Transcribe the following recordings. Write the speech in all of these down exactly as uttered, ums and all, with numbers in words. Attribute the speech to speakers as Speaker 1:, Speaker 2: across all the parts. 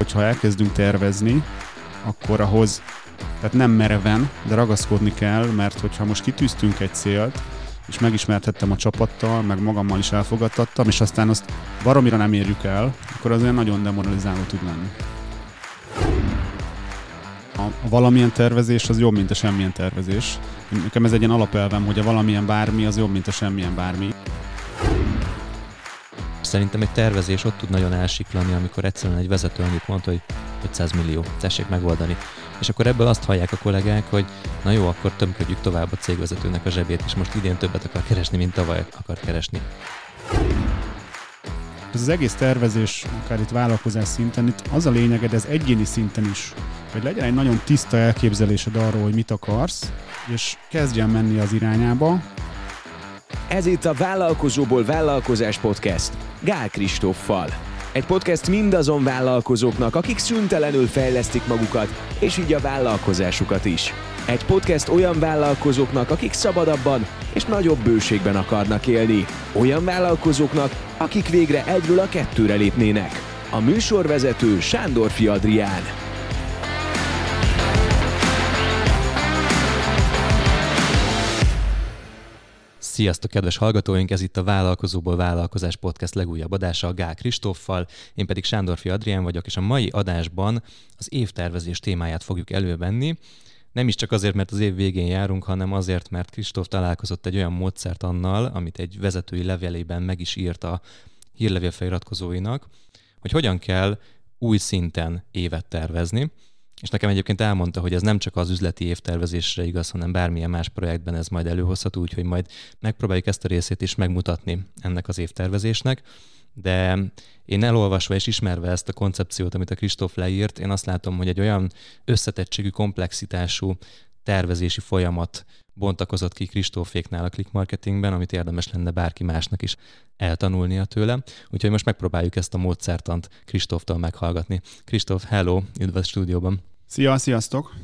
Speaker 1: hogyha elkezdünk tervezni, akkor ahhoz, tehát nem mereven, de ragaszkodni kell, mert hogyha most kitűztünk egy célt, és megismertettem a csapattal, meg magammal is elfogadtattam, és aztán azt baromira nem érjük el, akkor az olyan nagyon demoralizáló tud lenni. A valamilyen tervezés az jobb, mint a semmilyen tervezés. Nekem ez egy ilyen alapelvem, hogy a valamilyen bármi az jobb, mint a semmilyen bármi.
Speaker 2: Szerintem egy tervezés ott tud nagyon elsiklani, amikor egyszerűen egy vezető annyit mondta, hogy ötszáz millió, tessék megoldani. És akkor ebből azt hallják a kollégák, hogy na jó, akkor tömködjük tovább a cégvezetőnek a zsebét, és most idén többet akar keresni, mint tavaly akar keresni.
Speaker 1: Ez az egész tervezés, akár itt vállalkozás szinten, itt az a lényeg, de ez egyéni szinten is, hogy legyen egy nagyon tiszta elképzelésed arról, hogy mit akarsz, és kezdjen menni az irányába.
Speaker 3: Ez itt a Vállalkozóból Vállalkozás Podcast Gál Kristóffal. Egy podcast mindazon vállalkozóknak, akik szüntelenül fejlesztik magukat, és így a vállalkozásukat is. Egy podcast olyan vállalkozóknak, akik szabadabban és nagyobb bőségben akarnak élni. Olyan vállalkozóknak, akik végre egyről a kettőre lépnének. A műsorvezető Sándorfi Adrián.
Speaker 2: Sziasztok, kedves hallgatóink! Ez itt a Vállalkozóból Vállalkozás Podcast legújabb adása a Gál Kristóffal, én pedig Sándorfi Adrián vagyok, és a mai adásban az évtervezés témáját fogjuk elővenni. Nem is csak azért, mert az év végén járunk, hanem azért, mert Kristóf találkozott egy olyan módszertannal, amit egy vezetői levelében meg is írt a hírlevél feliratkozóinak, hogy hogyan kell új szinten évet tervezni. És nekem egyébként elmondta, hogy ez nem csak az üzleti évtervezésre igaz, hanem bármilyen más projektben ez majd előhozható, úgyhogy majd megpróbáljuk ezt a részét is megmutatni ennek az évtervezésnek. De én elolvasva és ismerve ezt a koncepciót, amit a Kristóf leírt, én azt látom, hogy egy olyan összetettségű, komplexitású tervezési folyamat bontakozott ki Kristóféknál a click marketingben, amit érdemes lenne bárki másnak is eltanulnia tőle. Úgyhogy most megpróbáljuk ezt a módszertant Kristóftól meghallgatni. Kristóf, hello, üdv a stúdióban!
Speaker 1: Szia, sziasztok!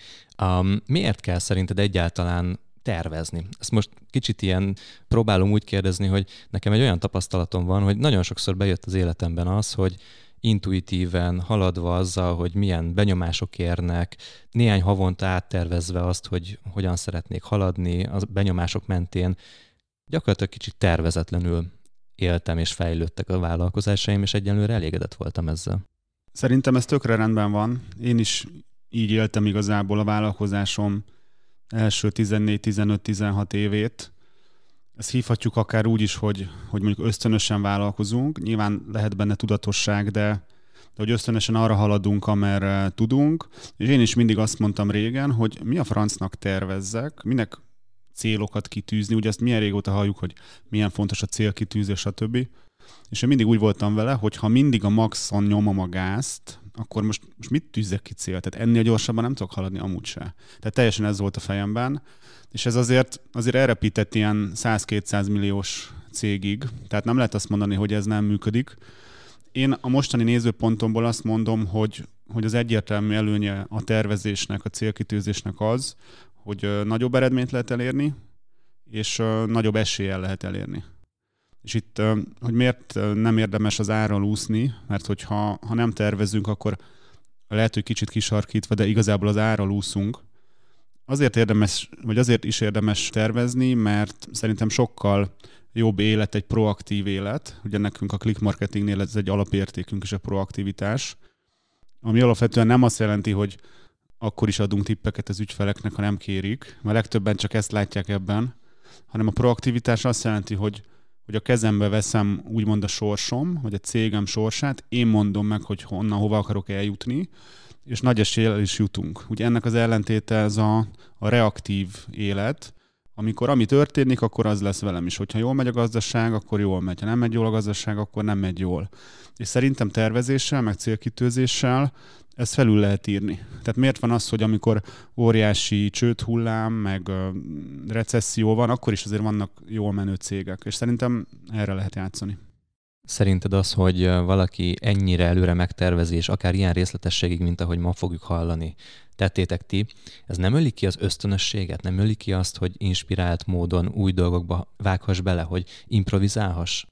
Speaker 2: Um, miért kell szerinted egyáltalán tervezni? Ezt most kicsit ilyen próbálom úgy kérdezni, hogy nekem egy olyan tapasztalatom van, hogy nagyon sokszor bejött az életemben az, hogy intuitíven haladva azzal, hogy milyen benyomások érnek, néhány havonta áttervezve azt, hogy hogyan szeretnék haladni, a benyomások mentén gyakorlatilag kicsit tervezetlenül éltem és fejlődtek a vállalkozásaim, és egyenlőre elégedett voltam ezzel.
Speaker 1: Szerintem ez tökre rendben van. Én is így éltem igazából a vállalkozásom első tizennégy, tizenöt, tizenhat évét. Ezt hívhatjuk akár úgy is, hogy, hogy mondjuk ösztönösen vállalkozunk. Nyilván lehet benne tudatosság, de, de hogy ösztönösen arra haladunk, amerre tudunk. És én is mindig azt mondtam régen, hogy mi a francnak tervezzek, minek célokat kitűzni. Ugye ezt milyen régóta halljuk, hogy milyen fontos a célkitűzés, stb. És én mindig úgy voltam vele, hogy ha mindig a maxon nyomom a gázt, akkor most, most mit tűzzek ki célt? Tehát ennél gyorsabban nem tudok haladni amúgy se. Tehát teljesen ez volt a fejemben. És ez azért, azért elrepített ilyen száz-kétszáz milliós cégig. Tehát nem lehet azt mondani, hogy ez nem működik. Én a mostani nézőpontomból azt mondom, hogy, hogy az egyértelmű előnye a tervezésnek, a célkitűzésnek az, hogy nagyobb eredményt lehet elérni, és nagyobb eséllyel lehet elérni. És itt, hogy miért nem érdemes az árral úszni, mert hogyha ha nem tervezünk, akkor lehet, hogy kicsit kisarkítva, de igazából az árral úszunk. Azért érdemes, vagy azért is érdemes tervezni, mert szerintem sokkal jobb élet egy proaktív élet. Ugye nekünk a click marketingnél ez egy alapértékünk is a proaktivitás, ami alapvetően nem azt jelenti, hogy akkor is adunk tippeket az ügyfeleknek, ha nem kérik, mert legtöbben csak ezt látják ebben, hanem a proaktivitás azt jelenti, hogy hogy a kezembe veszem úgymond a sorsom, vagy a cégem sorsát, én mondom meg, hogy honnan, hova akarok eljutni, és nagy eséllyel is jutunk. Ugye ennek az ellentéte ez a, a reaktív élet, amikor ami történik, akkor az lesz velem is. Hogyha jól megy a gazdaság, akkor jól megy. Ha nem megy jól a gazdaság, akkor nem megy jól. És szerintem tervezéssel, meg célkitűzéssel ezt felül lehet írni. Tehát miért van az, hogy amikor óriási csődhullám, meg recesszió van, akkor is azért vannak jól menő cégek. És szerintem erre lehet játszani.
Speaker 2: Szerinted az, hogy valaki ennyire előre megtervezi, és akár ilyen részletességig, mint ahogy ma fogjuk hallani, tettétek ti, ez nem öli ki az ösztönösséget, nem öli ki azt, hogy inspirált módon új dolgokba vághass bele, hogy improvizálhass?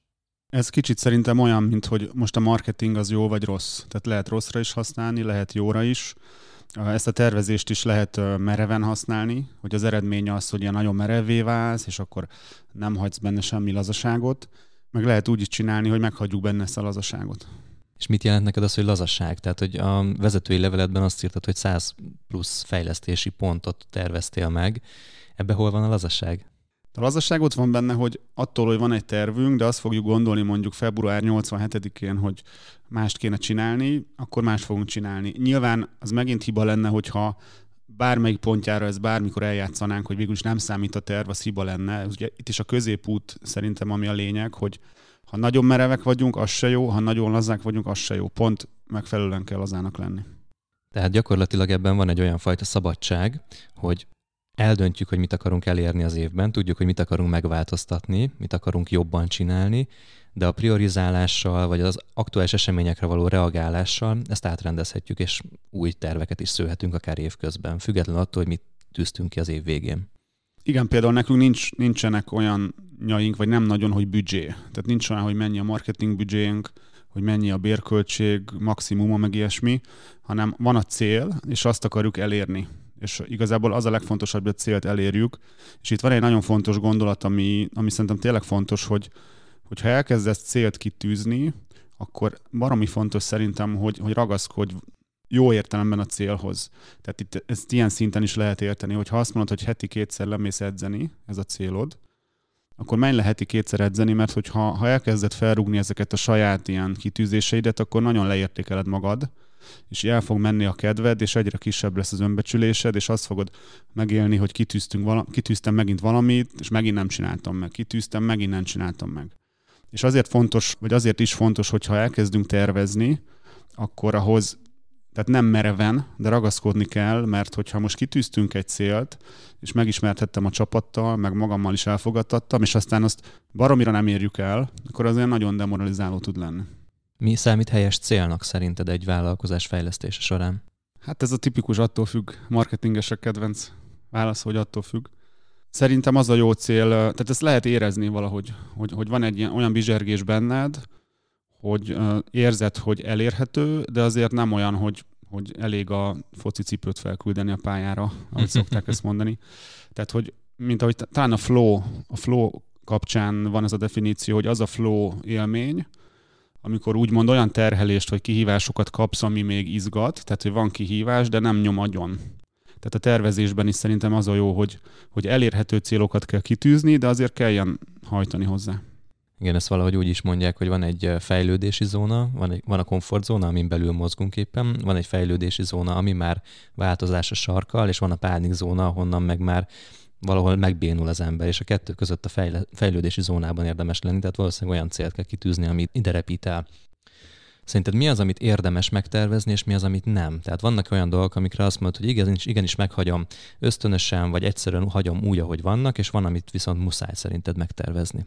Speaker 1: Ez kicsit szerintem olyan, mint hogy most a marketing az jó vagy rossz. Tehát lehet rosszra is használni, lehet jóra is. Ezt a tervezést is lehet mereven használni, hogy az eredmény az, hogy ilyen nagyon merevvé válsz, és akkor nem hagysz benne semmi lazaságot. Meg lehet úgy is csinálni, hogy meghagyjuk benne ezt a lazaságot.
Speaker 2: És mit jelent neked az, hogy lazaság? Tehát, hogy a vezetői leveledben azt írtad, hogy száz plusz fejlesztési pontot terveztél meg. Ebbe hol van a lazaság?
Speaker 1: A lazaság ott van benne, hogy attól, hogy van egy tervünk, de azt fogjuk gondolni mondjuk február nyolcvanhetedikén, hogy mást kéne csinálni, akkor más fogunk csinálni. Nyilván az megint hiba lenne, hogyha bármelyik pontjára ezt bármikor eljátszanánk, hogy végül is nem számít a terv, az hiba lenne. Ugye itt is a középút szerintem ami a lényeg, hogy ha nagyon merevek vagyunk, az se jó, ha nagyon lazák vagyunk, az se jó. Pont megfelelően kell lazának lenni.
Speaker 2: Tehát gyakorlatilag ebben van egy olyan fajta szabadság, hogy eldöntjük, hogy mit akarunk elérni az évben, tudjuk, hogy mit akarunk megváltoztatni, mit akarunk jobban csinálni, de a priorizálással, vagy az aktuális eseményekre való reagálással ezt átrendezhetjük, és új terveket is szőhetünk akár évközben, függetlenül attól, hogy mit tűztünk ki az év végén.
Speaker 1: Igen, például nekünk nincs, nincsenek olyan nyaink, vagy nem nagyon, hogy büdzsé. Tehát nincs olyan, hogy mennyi a marketing büdzsénk, hogy mennyi a bérköltség, maximuma, meg ilyesmi, hanem van a cél, és azt akarjuk elérni. És igazából az a legfontosabb, hogy a célt elérjük. És itt van egy nagyon fontos gondolat, ami, ami szerintem tényleg fontos, hogy hogyha elkezdesz célt kitűzni, akkor baromi fontos szerintem, hogy, hogy ragaszkodj jó értelemben a célhoz. Tehát itt ezt ilyen szinten is lehet érteni, hogy ha azt mondod, hogy heti kétszer lemész edzeni, ez a célod, akkor menj le heti kétszer edzeni, mert hogyha ha elkezded felrúgni ezeket a saját ilyen kitűzéseidet, akkor nagyon leértékeled magad, és el fog menni a kedved, és egyre kisebb lesz az önbecsülésed, és azt fogod megélni, hogy kitűztünk vala, kitűztem megint valamit, és megint nem csináltam meg. Kitűztem, megint nem csináltam meg. És azért fontos, vagy azért is fontos, hogyha elkezdünk tervezni, akkor ahhoz, tehát nem mereven, de ragaszkodni kell, mert hogyha most kitűztünk egy célt, és megismertettem a csapattal, meg magammal is elfogadtattam, és aztán azt baromira nem érjük el, akkor az olyan nagyon demoralizáló tud lenni.
Speaker 2: Mi számít helyes célnak szerinted egy vállalkozás fejlesztése során?
Speaker 1: Hát ez a tipikus attól függ, marketingesek kedvenc válasz, hogy attól függ. Szerintem az a jó cél, tehát ezt lehet érezni valahogy, hogy, hogy van egy ilyen, olyan bizsergés benned, hogy érzed, hogy elérhető, de azért nem olyan, hogy, hogy elég a focicipőt felküldeni a pályára, ahogy szokták ezt mondani. Tehát, hogy mint ahogy talán a flow, a flow kapcsán van ez a definíció, hogy az a flow élmény, amikor úgymond olyan terhelést, vagy kihívásokat kapsz, ami még izgat, tehát hogy van kihívás, de nem nyom agyon. Tehát a tervezésben is szerintem az a jó, hogy, hogy elérhető célokat kell kitűzni, de azért kelljen hajtani hozzá.
Speaker 2: Igen, ezt valahogy úgy is mondják, hogy van egy fejlődési zóna, van, egy, van a komfortzóna, amin belül mozgunk éppen, van egy fejlődési zóna, ami már változás a sarkkal, és van a pánikzóna, ahonnan meg már valahol megbénul az ember, és a kettő között a fejle, fejlődési zónában érdemes lenni, tehát valószínűleg olyan célt kell kitűzni, amit ide repít el. Szerinted mi az, amit érdemes megtervezni, és mi az, amit nem? Tehát vannak olyan dolgok, amikre azt mondod, hogy igenis, igenis meghagyom ösztönösen, vagy egyszerűen hagyom úgy, ahogy vannak, és van, amit viszont muszáj szerinted megtervezni.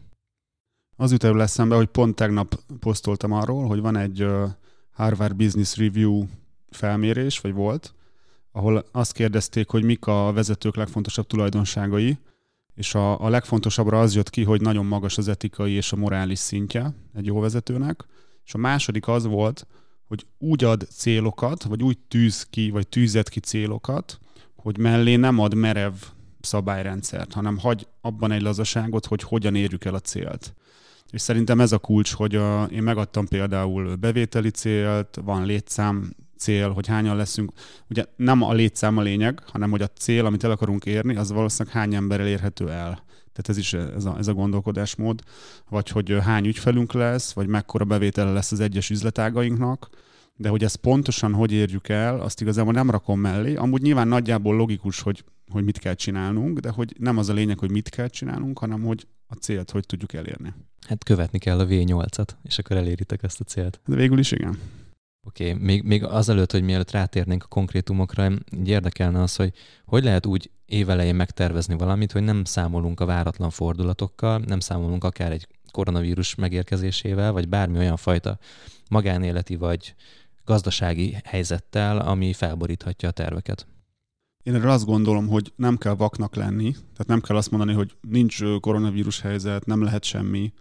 Speaker 1: Az jut elő eszembe, hogy pont tegnap posztoltam arról, hogy van egy Harvard Business Review felmérés, vagy volt, ahol azt kérdezték, hogy mik a vezetők legfontosabb tulajdonságai, és a, a legfontosabbra az jött ki, hogy nagyon magas az etikai és a morális szintje egy jó vezetőnek, és a második az volt, hogy úgy ad célokat, vagy úgy tűz ki, vagy tűzet ki célokat, hogy mellé nem ad merev szabályrendszert, hanem hagy abban egy lazaságot, hogy hogyan érjük el a célt. És szerintem ez a kulcs, hogy a, én megadtam például bevételi célt, van létszám cél, hogy hányan leszünk. Ugye nem a létszám a lényeg, hanem hogy a cél, amit el akarunk érni, az valószínűleg hány emberrel érhető el. Tehát ez is ez a, ez a gondolkodásmód. Vagy hogy hány ügyfelünk lesz, vagy mekkora bevétele lesz az egyes üzletágainknak. De hogy ezt pontosan hogy érjük el, azt igazából nem rakom mellé. Amúgy nyilván nagyjából logikus, hogy, hogy mit kell csinálnunk, de hogy nem az a lényeg, hogy mit kell csinálnunk, hanem hogy a célt hogy tudjuk elérni.
Speaker 2: Hát követni kell a vé nyolcat, és akkor eléritek ezt a célt.
Speaker 1: De végül is igen.
Speaker 2: Oké, okay. még, még azelőtt, hogy mielőtt rátérnénk a konkrétumokra, így érdekelne az, hogy hogy lehet úgy évelején megtervezni valamit, hogy nem számolunk a váratlan fordulatokkal, nem számolunk akár egy koronavírus megérkezésével, vagy bármi olyan fajta magánéleti vagy gazdasági helyzettel, ami felboríthatja a terveket.
Speaker 1: Én erről azt gondolom, hogy nem kell vaknak lenni, tehát nem kell azt mondani, hogy nincs koronavírus helyzet, nem lehet semmi,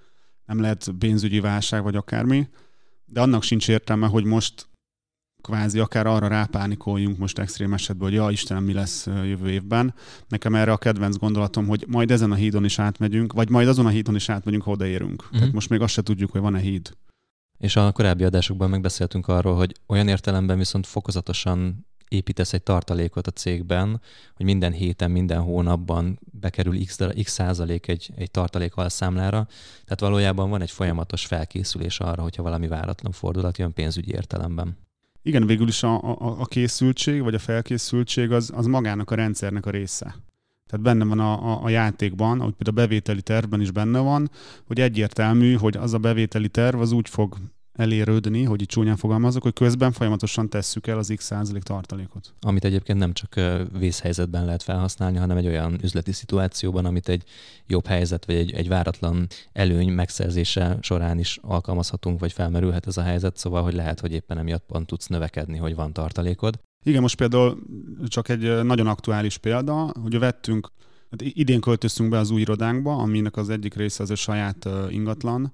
Speaker 1: nem lehet pénzügyi válság vagy akármi, de annak sincs értelme, hogy most kvázi akár arra rápánikoljunk most extrém esetben, hogy ja, Istenem, mi lesz jövő évben. Nekem erre a kedvenc gondolatom, hogy majd ezen a hídon is átmegyünk, vagy majd azon a hídon is átmegyünk, ha odaérünk. Uh-huh. Tehát most még azt se tudjuk, hogy van-e híd.
Speaker 2: És a korábbi adásokban megbeszéltünk arról, hogy olyan értelemben viszont fokozatosan építesz egy tartalékot a cégben, hogy minden héten, minden hónapban bekerül x, x százalék egy, egy tartalék alszámlára. Tehát valójában van egy folyamatos felkészülés arra, hogyha valami váratlan fordulat jön pénzügyi értelemben.
Speaker 1: Igen, végül is a, a, a készültség, vagy a felkészültség az, az magának a rendszernek a része. Tehát benne van a, a, a játékban, ahogy például a bevételi tervben is benne van, hogy egyértelmű, hogy az a bevételi terv az úgy fog elérődni, hogy itt csúnyán fogalmazok, hogy közben folyamatosan tesszük el az x százalék tartalékot.
Speaker 2: Amit egyébként nem csak vészhelyzetben lehet felhasználni, hanem egy olyan üzleti szituációban, amit egy jobb helyzet, vagy egy, egy váratlan előny megszerzése során is alkalmazhatunk, vagy felmerülhet ez a helyzet, szóval, hogy lehet, hogy éppen emiatt pont tudsz növekedni, hogy van tartalékod.
Speaker 1: Igen, most például csak egy nagyon aktuális példa, hogy vettünk, idén költöztünk be az új irodánkba, aminek az egyik része az a saját ingatlan,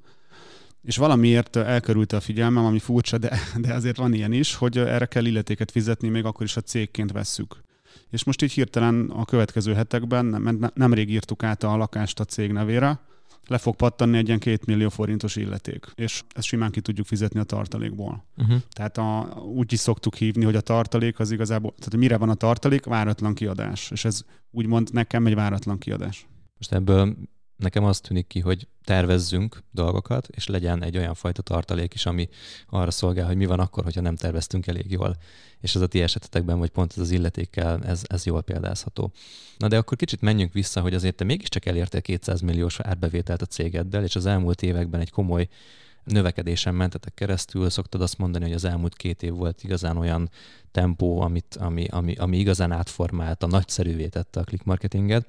Speaker 1: és valamiért elkerült a figyelmem, ami furcsa, de, de azért van ilyen is, hogy erre kell illetéket fizetni, még akkor is a cégként vesszük. És most így hirtelen a következő hetekben, nem, nemrég írtuk át a lakást a cég nevére, le fog pattanni egy ilyen két millió forintos illeték, és ezt simán ki tudjuk fizetni a tartalékból. Uh-huh. Tehát a, úgy is szoktuk hívni, hogy a tartalék az igazából, tehát mire van a tartalék? Váratlan kiadás. És ez úgymond nekem egy váratlan kiadás.
Speaker 2: Most ebből nekem az tűnik ki, hogy tervezzünk dolgokat, és legyen egy olyan fajta tartalék is, ami arra szolgál, hogy mi van akkor, hogyha nem terveztünk elég jól. És ez a ti esetetekben, vagy pont ez az illetékkel, ez, ez jól példázható. Na de akkor kicsit menjünk vissza, hogy azért te mégiscsak elértél kétszáz milliós árbevételt a cégeddel, és az elmúlt években egy komoly növekedésen mentetek keresztül. Szoktad azt mondani, hogy az elmúlt két év volt igazán olyan tempó, amit, ami, ami, ami igazán átformálta, nagyszerűvé tette a click marketinget.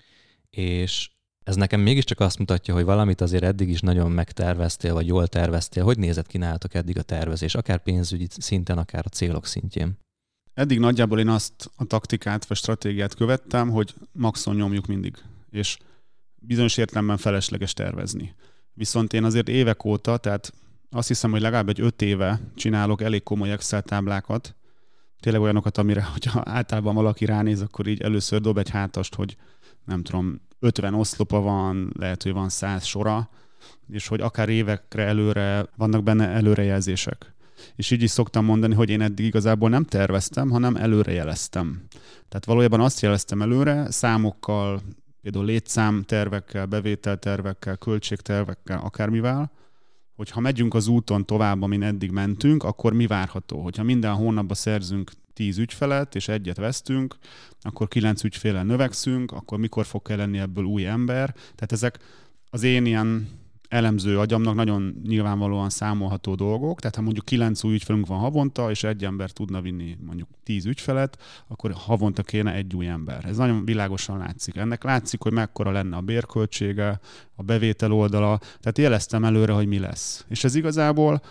Speaker 2: És ez nekem mégiscsak azt mutatja, hogy valamit azért eddig is nagyon megterveztél, vagy jól terveztél. Hogy nézett ki nálatok eddig a tervezés, akár pénzügyi szinten, akár a célok szintjén?
Speaker 1: Eddig nagyjából én azt a taktikát vagy stratégiát követtem, hogy maxon nyomjuk mindig, és bizonyos értelemben felesleges tervezni. Viszont én azért évek óta, tehát azt hiszem, hogy legalább egy öt éve csinálok elég komoly Excel táblákat, tényleg olyanokat, amire, hogyha általában valaki ránéz, akkor így először dob egy hátast, hogy nem tudom, ötven oszlopa van, lehet, hogy van száz sora, és hogy akár évekre előre vannak benne előrejelzések. És így is szoktam mondani, hogy én eddig igazából nem terveztem, hanem előrejeleztem. Tehát valójában azt jeleztem előre, számokkal, például létszámtervekkel, bevételtervekkel, költségtervekkel, akármivel, hogy ha megyünk az úton tovább, amin eddig mentünk, akkor mi várható? Hogyha minden hónapban szerzünk tíz ügyfelet, és egyet vesztünk, akkor kilenc ügyféllel növekszünk, akkor mikor fog kell lenni ebből új ember. Tehát ezek az én ilyen elemző agyamnak nagyon nyilvánvalóan számolható dolgok. Tehát ha mondjuk kilenc új ügyfelünk van havonta, és egy ember tudna vinni mondjuk tíz ügyfelet, akkor havonta kéne egy új ember. Ez nagyon világosan látszik. Ennek látszik, hogy mekkora lenne a bérköltsége, a bevétel oldala. Tehát jeleztem előre, hogy mi lesz. És ez igazából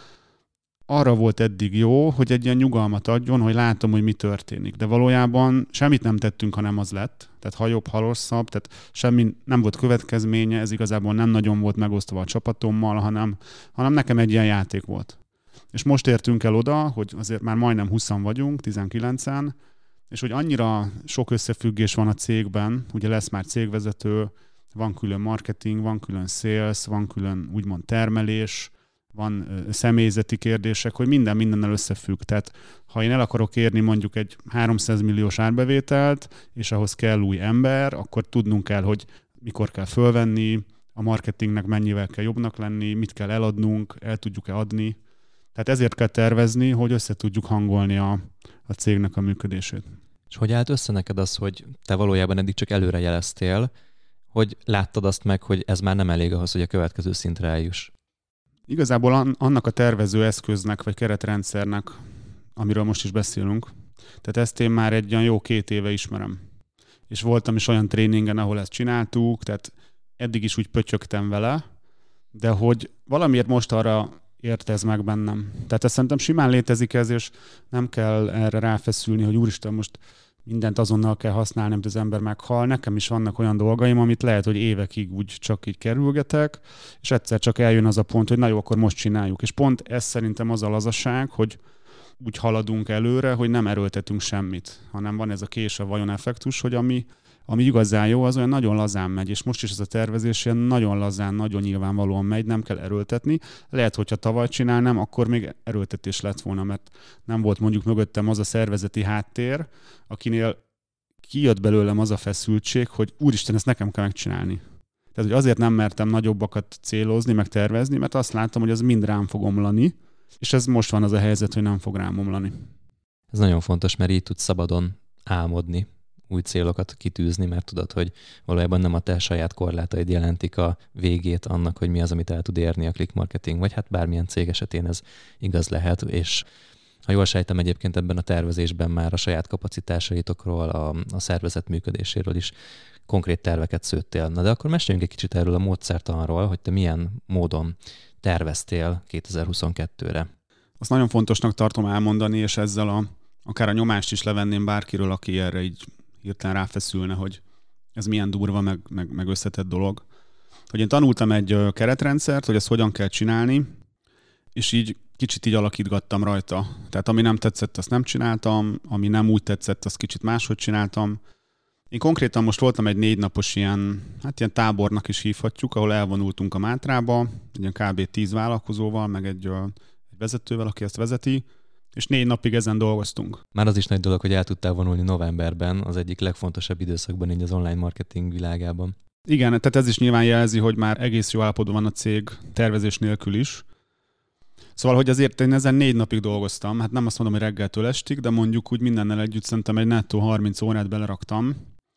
Speaker 1: arra volt eddig jó, hogy egy ilyen nyugalmat adjon, hogy látom, hogy mi történik. De valójában semmit nem tettünk, hanem az lett. Tehát ha jobb, ha rosszabb, tehát semmi nem volt következménye, ez igazából nem nagyon volt megosztva a csapatommal, hanem, hanem nekem egy ilyen játék volt. És most értünk el oda, hogy azért már majdnem húszan vagyunk, tizenkilencen, és hogy annyira sok összefüggés van a cégben, ugye lesz már cégvezető, van külön marketing, van külön sales, van külön úgymond termelés, van személyzeti kérdések, hogy minden mindennel összefügg. Tehát ha én el akarok érni mondjuk egy háromszáz milliós árbevételt, és ahhoz kell új ember, akkor tudnunk kell, hogy mikor kell fölvenni, a marketingnek mennyivel kell jobbnak lenni, mit kell eladnunk, el tudjuk-e adni. Tehát ezért kell tervezni, hogy össze tudjuk hangolni a, a cégnek a működését.
Speaker 2: És hogy állt össze neked az, hogy te valójában eddig csak előre jeleztél, hogy láttad azt meg, hogy ez már nem elég ahhoz, hogy a következő szintre eljuss?
Speaker 1: Igazából annak a tervező eszköznek, vagy keretrendszernek, amiről most is beszélünk, tehát ezt én már egy olyan jó két éve ismerem. És voltam is olyan tréningen, ahol ezt csináltuk, tehát eddig is úgy pötyögtem vele, de hogy valamiért most arra ért ez meg bennem. Tehát ezt szerintem simán létezik ez, és nem kell erre ráfeszülni, hogy úristen, most mindent azonnal kell használni, amit az ember meghal. Nekem is vannak olyan dolgaim, amit lehet, hogy évekig úgy csak így kerülgetek, és egyszer csak eljön az a pont, hogy na jó, akkor most csináljuk. És pont ez szerintem az a lazaság, hogy úgy haladunk előre, hogy nem erőltetünk semmit, hanem van ez a kés a vajon effektus, hogy ami, ami igazán jó, az olyan nagyon lazán megy, és most is ez a tervezés ilyen nagyon lazán, nagyon nyilvánvalóan megy, nem kell erőltetni. Lehet, hogyha tavaly csinálnám, akkor még erőltetés lett volna, mert nem volt mondjuk mögöttem az a szervezeti háttér, akinél kijött belőlem az a feszültség, hogy úristen, ezt nekem kell megcsinálni. Tehát, hogy azért nem mertem nagyobbakat célozni, meg tervezni, mert azt láttam, hogy az mind rám fog omlani, és ez most van az a helyzet, hogy nem fog rám omlani.
Speaker 2: Ez nagyon fontos, mert így tudsz szabadon álmodni, új célokat kitűzni, mert tudod, hogy valójában nem a te saját korlátaid jelentik a végét annak, hogy mi az, amit el tud érni a click marketing, vagy hát bármilyen cég esetén ez igaz lehet, és ha jól sejtem, egyébként ebben a tervezésben már a saját kapacitásaitokról, a, a szervezet működéséről is konkrét terveket szőttél. Na de akkor meséljünk egy kicsit erről a módszertanról, hogy te milyen módon terveztél kétezer-huszonkettőre.
Speaker 1: Azt nagyon fontosnak tartom elmondani, és ezzel a, akár a nyomást is levenném bárkiről, aki erre így hirtelen ráfeszülne, hogy ez milyen durva, meg, meg, meg összetett dolog. Hogy én tanultam egy keretrendszert, hogy ezt hogyan kell csinálni, és így kicsit így alakítgattam rajta. Tehát ami nem tetszett, azt nem csináltam, ami nem úgy tetszett, azt kicsit máshogy csináltam. Én konkrétan most voltam egy négy napos ilyen, hát ilyen tábornak is hívhatjuk, ahol elvonultunk a Mátrába, egy ilyen kb. tíz vállalkozóval, meg egy, egy vezetővel, aki ezt vezeti, és négy napig ezen dolgoztunk.
Speaker 2: Már az is nagy dolog, hogy el tudtál vonulni novemberben, az egyik legfontosabb időszakban így az online marketing világában.
Speaker 1: Igen, tehát ez is nyilván jelzi, hogy már egész jó állapotban van a cég tervezés nélkül is. Szóval, hogy azért én ezen négy napig dolgoztam, hát nem azt mondom, hogy reggeltől estig, de mondjuk úgy mindennel együtt szerintem egy nettó harminc órát beleraktam.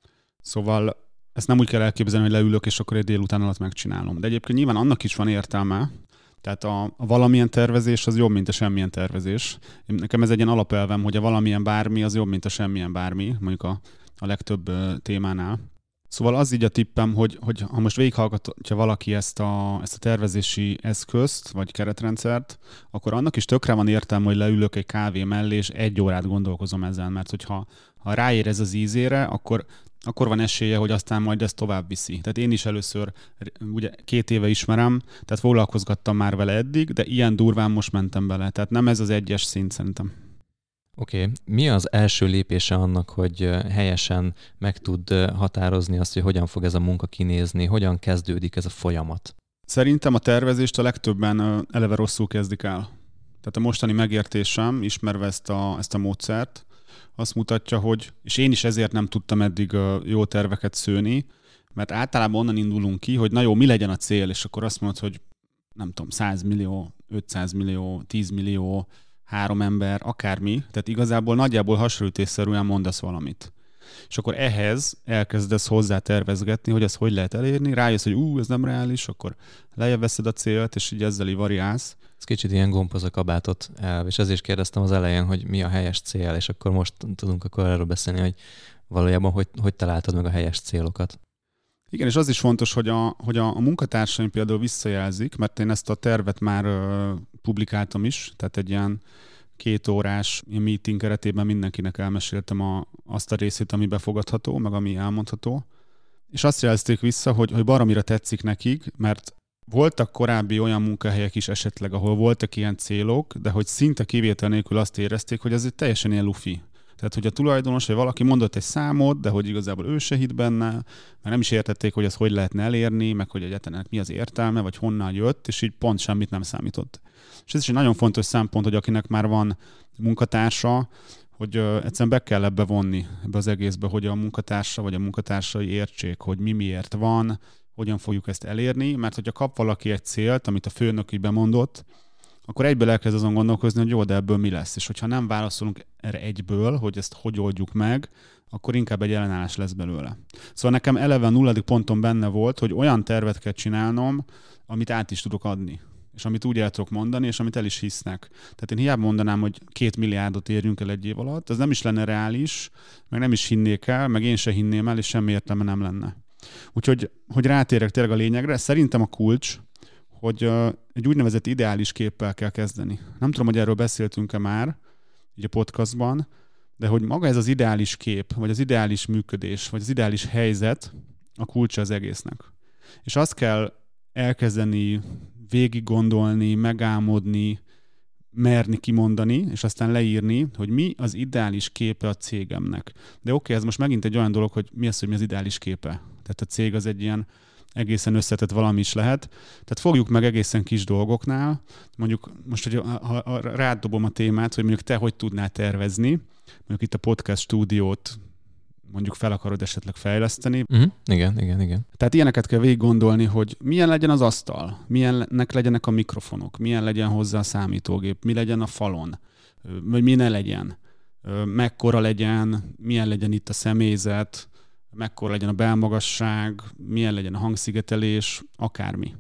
Speaker 1: Szóval ezt nem úgy kell elképzelni, hogy leülök, és akkor egy délután alatt megcsinálom. De egyébként nyilván annak is van értelme, tehát a, a valamilyen tervezés az jobb, mint a semmilyen tervezés. Én, nekem ez egy ilyen alapelvem, hogy a valamilyen bármi az jobb, mint a semmilyen bármi, mondjuk a, a legtöbb uh, témánál. Szóval az így a tippem, hogy, hogy ha most végighallgatja valaki ezt a, ezt a tervezési eszközt, vagy keretrendszert, akkor annak is tökre van értelme, hogy leülök egy kávé mellé, és egy órát gondolkozom ezen, mert hogyha ha ráér ez az ízére, akkor, akkor van esélye, hogy aztán majd ezt tovább viszi. Tehát én is először ugye két éve ismerem, tehát foglalkozgattam már vele eddig, de ilyen durván most mentem bele. Tehát nem ez az egyes szint szerintem.
Speaker 2: Oké. Okay. Mi az első lépése annak, hogy helyesen meg tud határozni azt, hogy hogyan fog ez a munka kinézni, hogyan kezdődik ez a folyamat?
Speaker 1: Szerintem a tervezést a legtöbben eleve rosszul kezdik el. Tehát a mostani megértésem, ismerve ezt a, ezt a módszert, azt mutatja, hogy, és én is ezért nem tudtam eddig jó terveket szőni, mert általában onnan indulunk ki, hogy na jó, mi legyen a cél, és akkor azt mondod, hogy nem tudom, száz millió, ötszáz millió, tíz millió, három ember, akármi, tehát igazából nagyjából hasonlítésszerűen mondasz valamit. És akkor ehhez elkezdesz hozzá tervezgetni, hogy ezt hogy lehet elérni, rájössz, hogy ú, ez nem reális, akkor lejjebb veszed a célt, és így ezzel így variálsz.
Speaker 2: Ez kicsit ilyen gomboz a kabátot elv, és ezért is kérdeztem az elején, hogy mi a helyes cél, és akkor most tudunk akkor erről beszélni, hogy valójában hogy, hogy találtad meg a helyes célokat.
Speaker 1: Igen, és az is fontos, hogy a, hogy a, a munkatársaim például visszajelzik, mert én ezt a tervet már uh, publikáltam is, tehát egy ilyen két órás meeting keretében mindenkinek elmeséltem a, azt a részét, ami befogadható, meg ami elmondható. És azt jelezték vissza, hogy, hogy baromira tetszik nekik, mert voltak korábbi olyan munkahelyek is esetleg, ahol voltak ilyen célok, de hogy szinte kivétel nélkül azt érezték, hogy ez egy teljesen ilyen lufi. Tehát, hogy a tulajdonos, vagy valaki mondott egy számot, de hogy igazából ő se hitt benne, mert nem is értették, hogy ezt hogy lehetne elérni, meg hogy egyáltalán mi az értelme, vagy honnan jött, és így pont semmit nem számított. És ez is egy nagyon fontos szempont, hogy akinek már van munkatársa, hogy uh, egyszerűen be kell ebbe vonni ebbe az egészbe, hogy a munkatársa vagy a munkatársai értsék, hogy mi miért van, hogyan fogjuk ezt elérni, mert hogyha kap valaki egy célt, amit a főnök így bemondott, akkor egyből elkezd azon gondolkozni, hogy jó, de ebből mi lesz. És hogyha nem válaszolunk erre egyből, hogy ezt hogy oldjuk meg, akkor inkább egy ellenállás lesz belőle. Szóval nekem eleve a nulladik ponton benne volt, hogy olyan tervet kell csinálnom, amit át is tudok adni. És amit úgy el tudok mondani, és amit el is hisznek. Tehát én hiába mondanám, hogy két milliárdot érjünk el egy év alatt, az nem is lenne reális, meg nem is hinnék el, meg én se hinném el, és semmi értelme nem lenne. Úgyhogy, hogy rátérek tényleg a lényegre, szerintem a kulcs, hogy egy úgynevezett ideális képpel kell kezdeni. Nem tudom, hogy erről beszéltünk-e már így a podcastban, de hogy maga ez az ideális kép, vagy az ideális működés, vagy az ideális helyzet a kulcsa az egésznek. És azt kell elkezdeni végig gondolni, megálmodni, merni kimondani, és aztán leírni, hogy mi az ideális képe a cégemnek. De oké, ez most megint egy olyan dolog, hogy mi az, hogy mi az ideális képe. Tehát a cég az egy ilyen egészen összetett valami is lehet. Tehát fogjuk meg egészen kis dolgoknál. Mondjuk most, hogy ha, ha rádobom a témát, hogy mondjuk te hogy tudnál tervezni, mondjuk itt a podcast stúdiót mondjuk fel akarod esetleg fejleszteni.
Speaker 2: Uh-huh. Igen, igen, igen.
Speaker 1: Tehát ilyeneket kell végig gondolni, hogy milyen legyen az asztal, milyennek legyenek a mikrofonok, milyen legyen hozzá a számítógép, mi legyen a falon, vagy mi ne legyen, mekkora legyen, milyen legyen itt a személyzet, mekkora legyen a belmagasság, milyen legyen a hangszigetelés, akármi.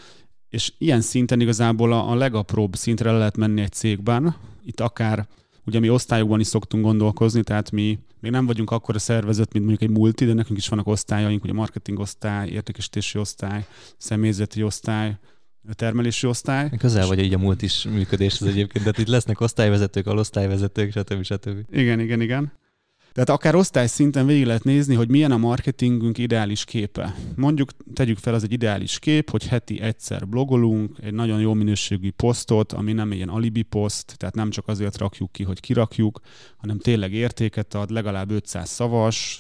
Speaker 1: És ilyen szinten igazából a, a legapróbb szintre le lehet menni egy cégben, itt akár ugye mi osztályokban is szoktunk gondolkozni, tehát mi még nem vagyunk akkora szervezet, mint mondjuk egy multi, de nekünk is vannak osztályaink, ugye marketing osztály, értékesítési osztály, személyzeti osztály, termelési osztály.
Speaker 2: Közel vagy így a multis működéshez egyébként, tehát itt lesznek osztályvezetők, alosztályvezetők, stb. stb.
Speaker 1: Igen, igen, igen. Tehát akár osztály szinten végig lehet nézni, hogy milyen a marketingünk ideális képe. Mondjuk tegyük fel, az egy ideális kép, hogy heti egyszer blogolunk, egy nagyon jó minőségű posztot, ami nem ilyen alibi poszt, tehát nem csak azért rakjuk ki, hogy kirakjuk, hanem tényleg értéket ad, legalább ötszáz szavas,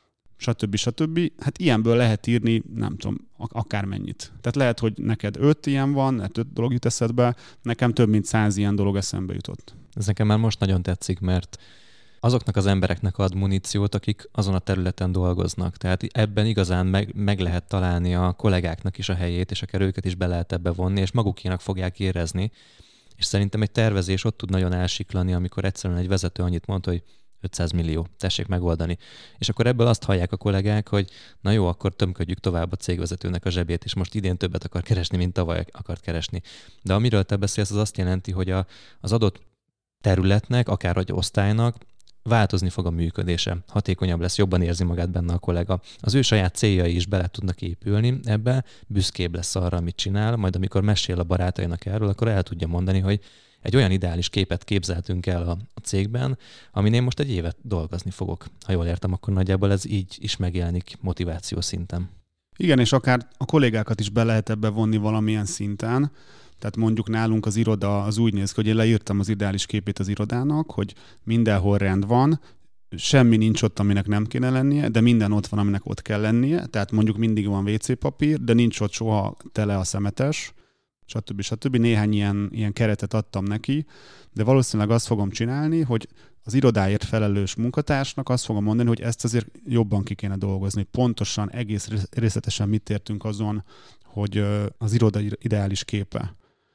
Speaker 1: stb. stb. Hát ilyenből lehet írni, nem tudom, akármennyit. Tehát lehet, hogy neked öt ilyen van, lehet öt dolog jut eszedbe, nekem több mint száz ilyen dolog eszembe jutott.
Speaker 2: Ez nekem már most nagyon tetszik, mert azoknak az embereknek ad muníciót, akik azon a területen dolgoznak. Tehát ebben igazán meg, meg lehet találni a kollégáknak is a helyét, és akár őket is be lehet ebbe vonni, és magukénak fogják érezni. És szerintem egy tervezés ott tud nagyon elsiklani, amikor egyszerűen egy vezető annyit mond, hogy ötszáz millió, tessék megoldani. És akkor ebből azt hallják a kollégák, hogy na jó, akkor tömködjük tovább a cégvezetőnek a zsebét, és most idén többet akar keresni, mint tavaly akart keresni. De amiről te beszélsz, az azt jelenti, hogy a, az adott területnek, akár egy osztálynak változni fog a működése. Hatékonyabb lesz, jobban érzi magát benne a kollega. Az ő saját céljai is bele tudnak épülni ebbe, büszkébb lesz arra, amit csinál, majd amikor mesél a barátainak erről, akkor el tudja mondani, hogy egy olyan ideális képet képzeltünk el a, a cégben, amin én most egy évet dolgozni fogok. Ha jól értem, akkor nagyjából ez így is megjelenik motiváció szinten.
Speaker 1: Igen, és akár a kollégákat is be lehet ebbe vonni valamilyen szinten. Tehát mondjuk nálunk az iroda az úgy néz ki, hogy én leírtam az ideális képét az irodának, hogy mindenhol rend van, semmi nincs ott, aminek nem kéne lennie, de minden ott van, aminek ott kell lennie. Tehát mondjuk mindig van vé cé papír, de nincs ott soha tele a szemetes, stb. stb. Néhány ilyen, ilyen keretet adtam neki, de valószínűleg azt fogom csinálni, hogy az irodáért felelős munkatársnak azt fogom mondani, hogy ezt azért jobban ki kéne dolgozni. Pontosan, egész részletesen mit értünk azon, hogy az iroda ideális képe.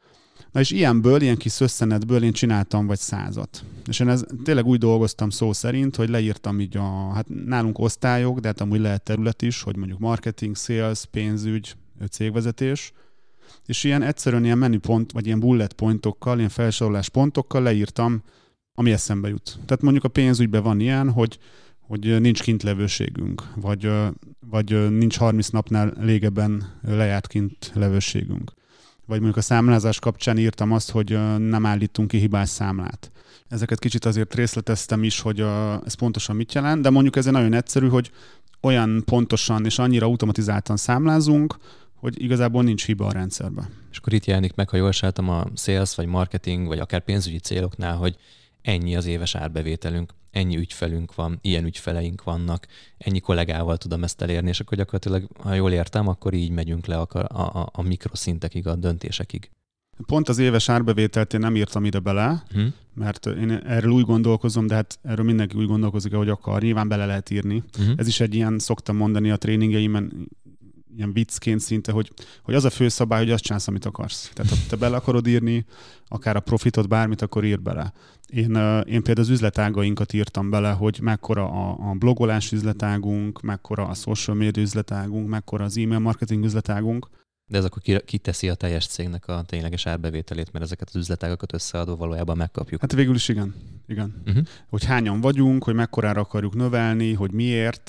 Speaker 1: Na és ilyenből, ilyen kis összenetből én csináltam vagy százat. És én ez, tényleg úgy dolgoztam szó szerint, hogy leírtam így a, hát nálunk osztályok, de hát amúgy lehet terület is, hogy mondjuk marketing, sales, pénzügy, cégvezetés, és ilyen egyszerűen ilyen menüpont, vagy ilyen bullet pointokkal, ilyen felsorolás pontokkal leírtam, ami eszembe jut. Tehát mondjuk a pénzügyben van ilyen, hogy, hogy nincs kintlevőségünk, vagy, vagy nincs harminc napnál régebben lejárt kintlevőségünk. Vagy mondjuk a számlázás kapcsán írtam azt, hogy nem állítunk ki hibás számlát. Ezeket kicsit azért részleteztem is, hogy ez pontosan mit jelent, de mondjuk ez nagyon egyszerű, hogy olyan pontosan és annyira automatizáltan számlázunk, hogy igazából nincs hiba a rendszerben.
Speaker 2: És akkor itt jelenik meg, ha jól sejtem, a sales, vagy marketing, vagy akár pénzügyi céloknál, hogy ennyi az éves árbevételünk, ennyi ügyfelünk van, ilyen ügyfeleink vannak, ennyi kollégával tudom ezt elérni, és akkor gyakorlatilag, ha jól értem, akkor így megyünk le a, a, a mikroszintekig, a döntésekig.
Speaker 1: Pont az éves árbevételt én nem írtam ide bele, hmm. mert én erről úgy gondolkozom, de hát erről mindenki úgy gondolkozik, ahogy akar. Nyilván bele lehet írni. Hmm. Ez is egy ilyen, szoktam mondani a tréningeimen, ilyen viccként szinte, hogy, hogy az a fő szabály, hogy azt csinálsz, amit akarsz. Tehát ha te bele akarod írni, akár a profitot, bármit, akkor ír bele. Én, én például az üzletágainkat írtam bele, hogy mekkora a, a blogolás üzletágunk, mekkora a social media üzletágunk, mekkora az e-mail marketing üzletágunk.
Speaker 2: De ez akkor kiteszi a teljes cégnek a tényleges árbevételét, mert ezeket az üzletágakat összeadó valójában megkapjuk.
Speaker 1: Hát végül is igen. igen. Uh-huh. Hogy hányan vagyunk, hogy mekkorára akarjuk növelni, hogy miért.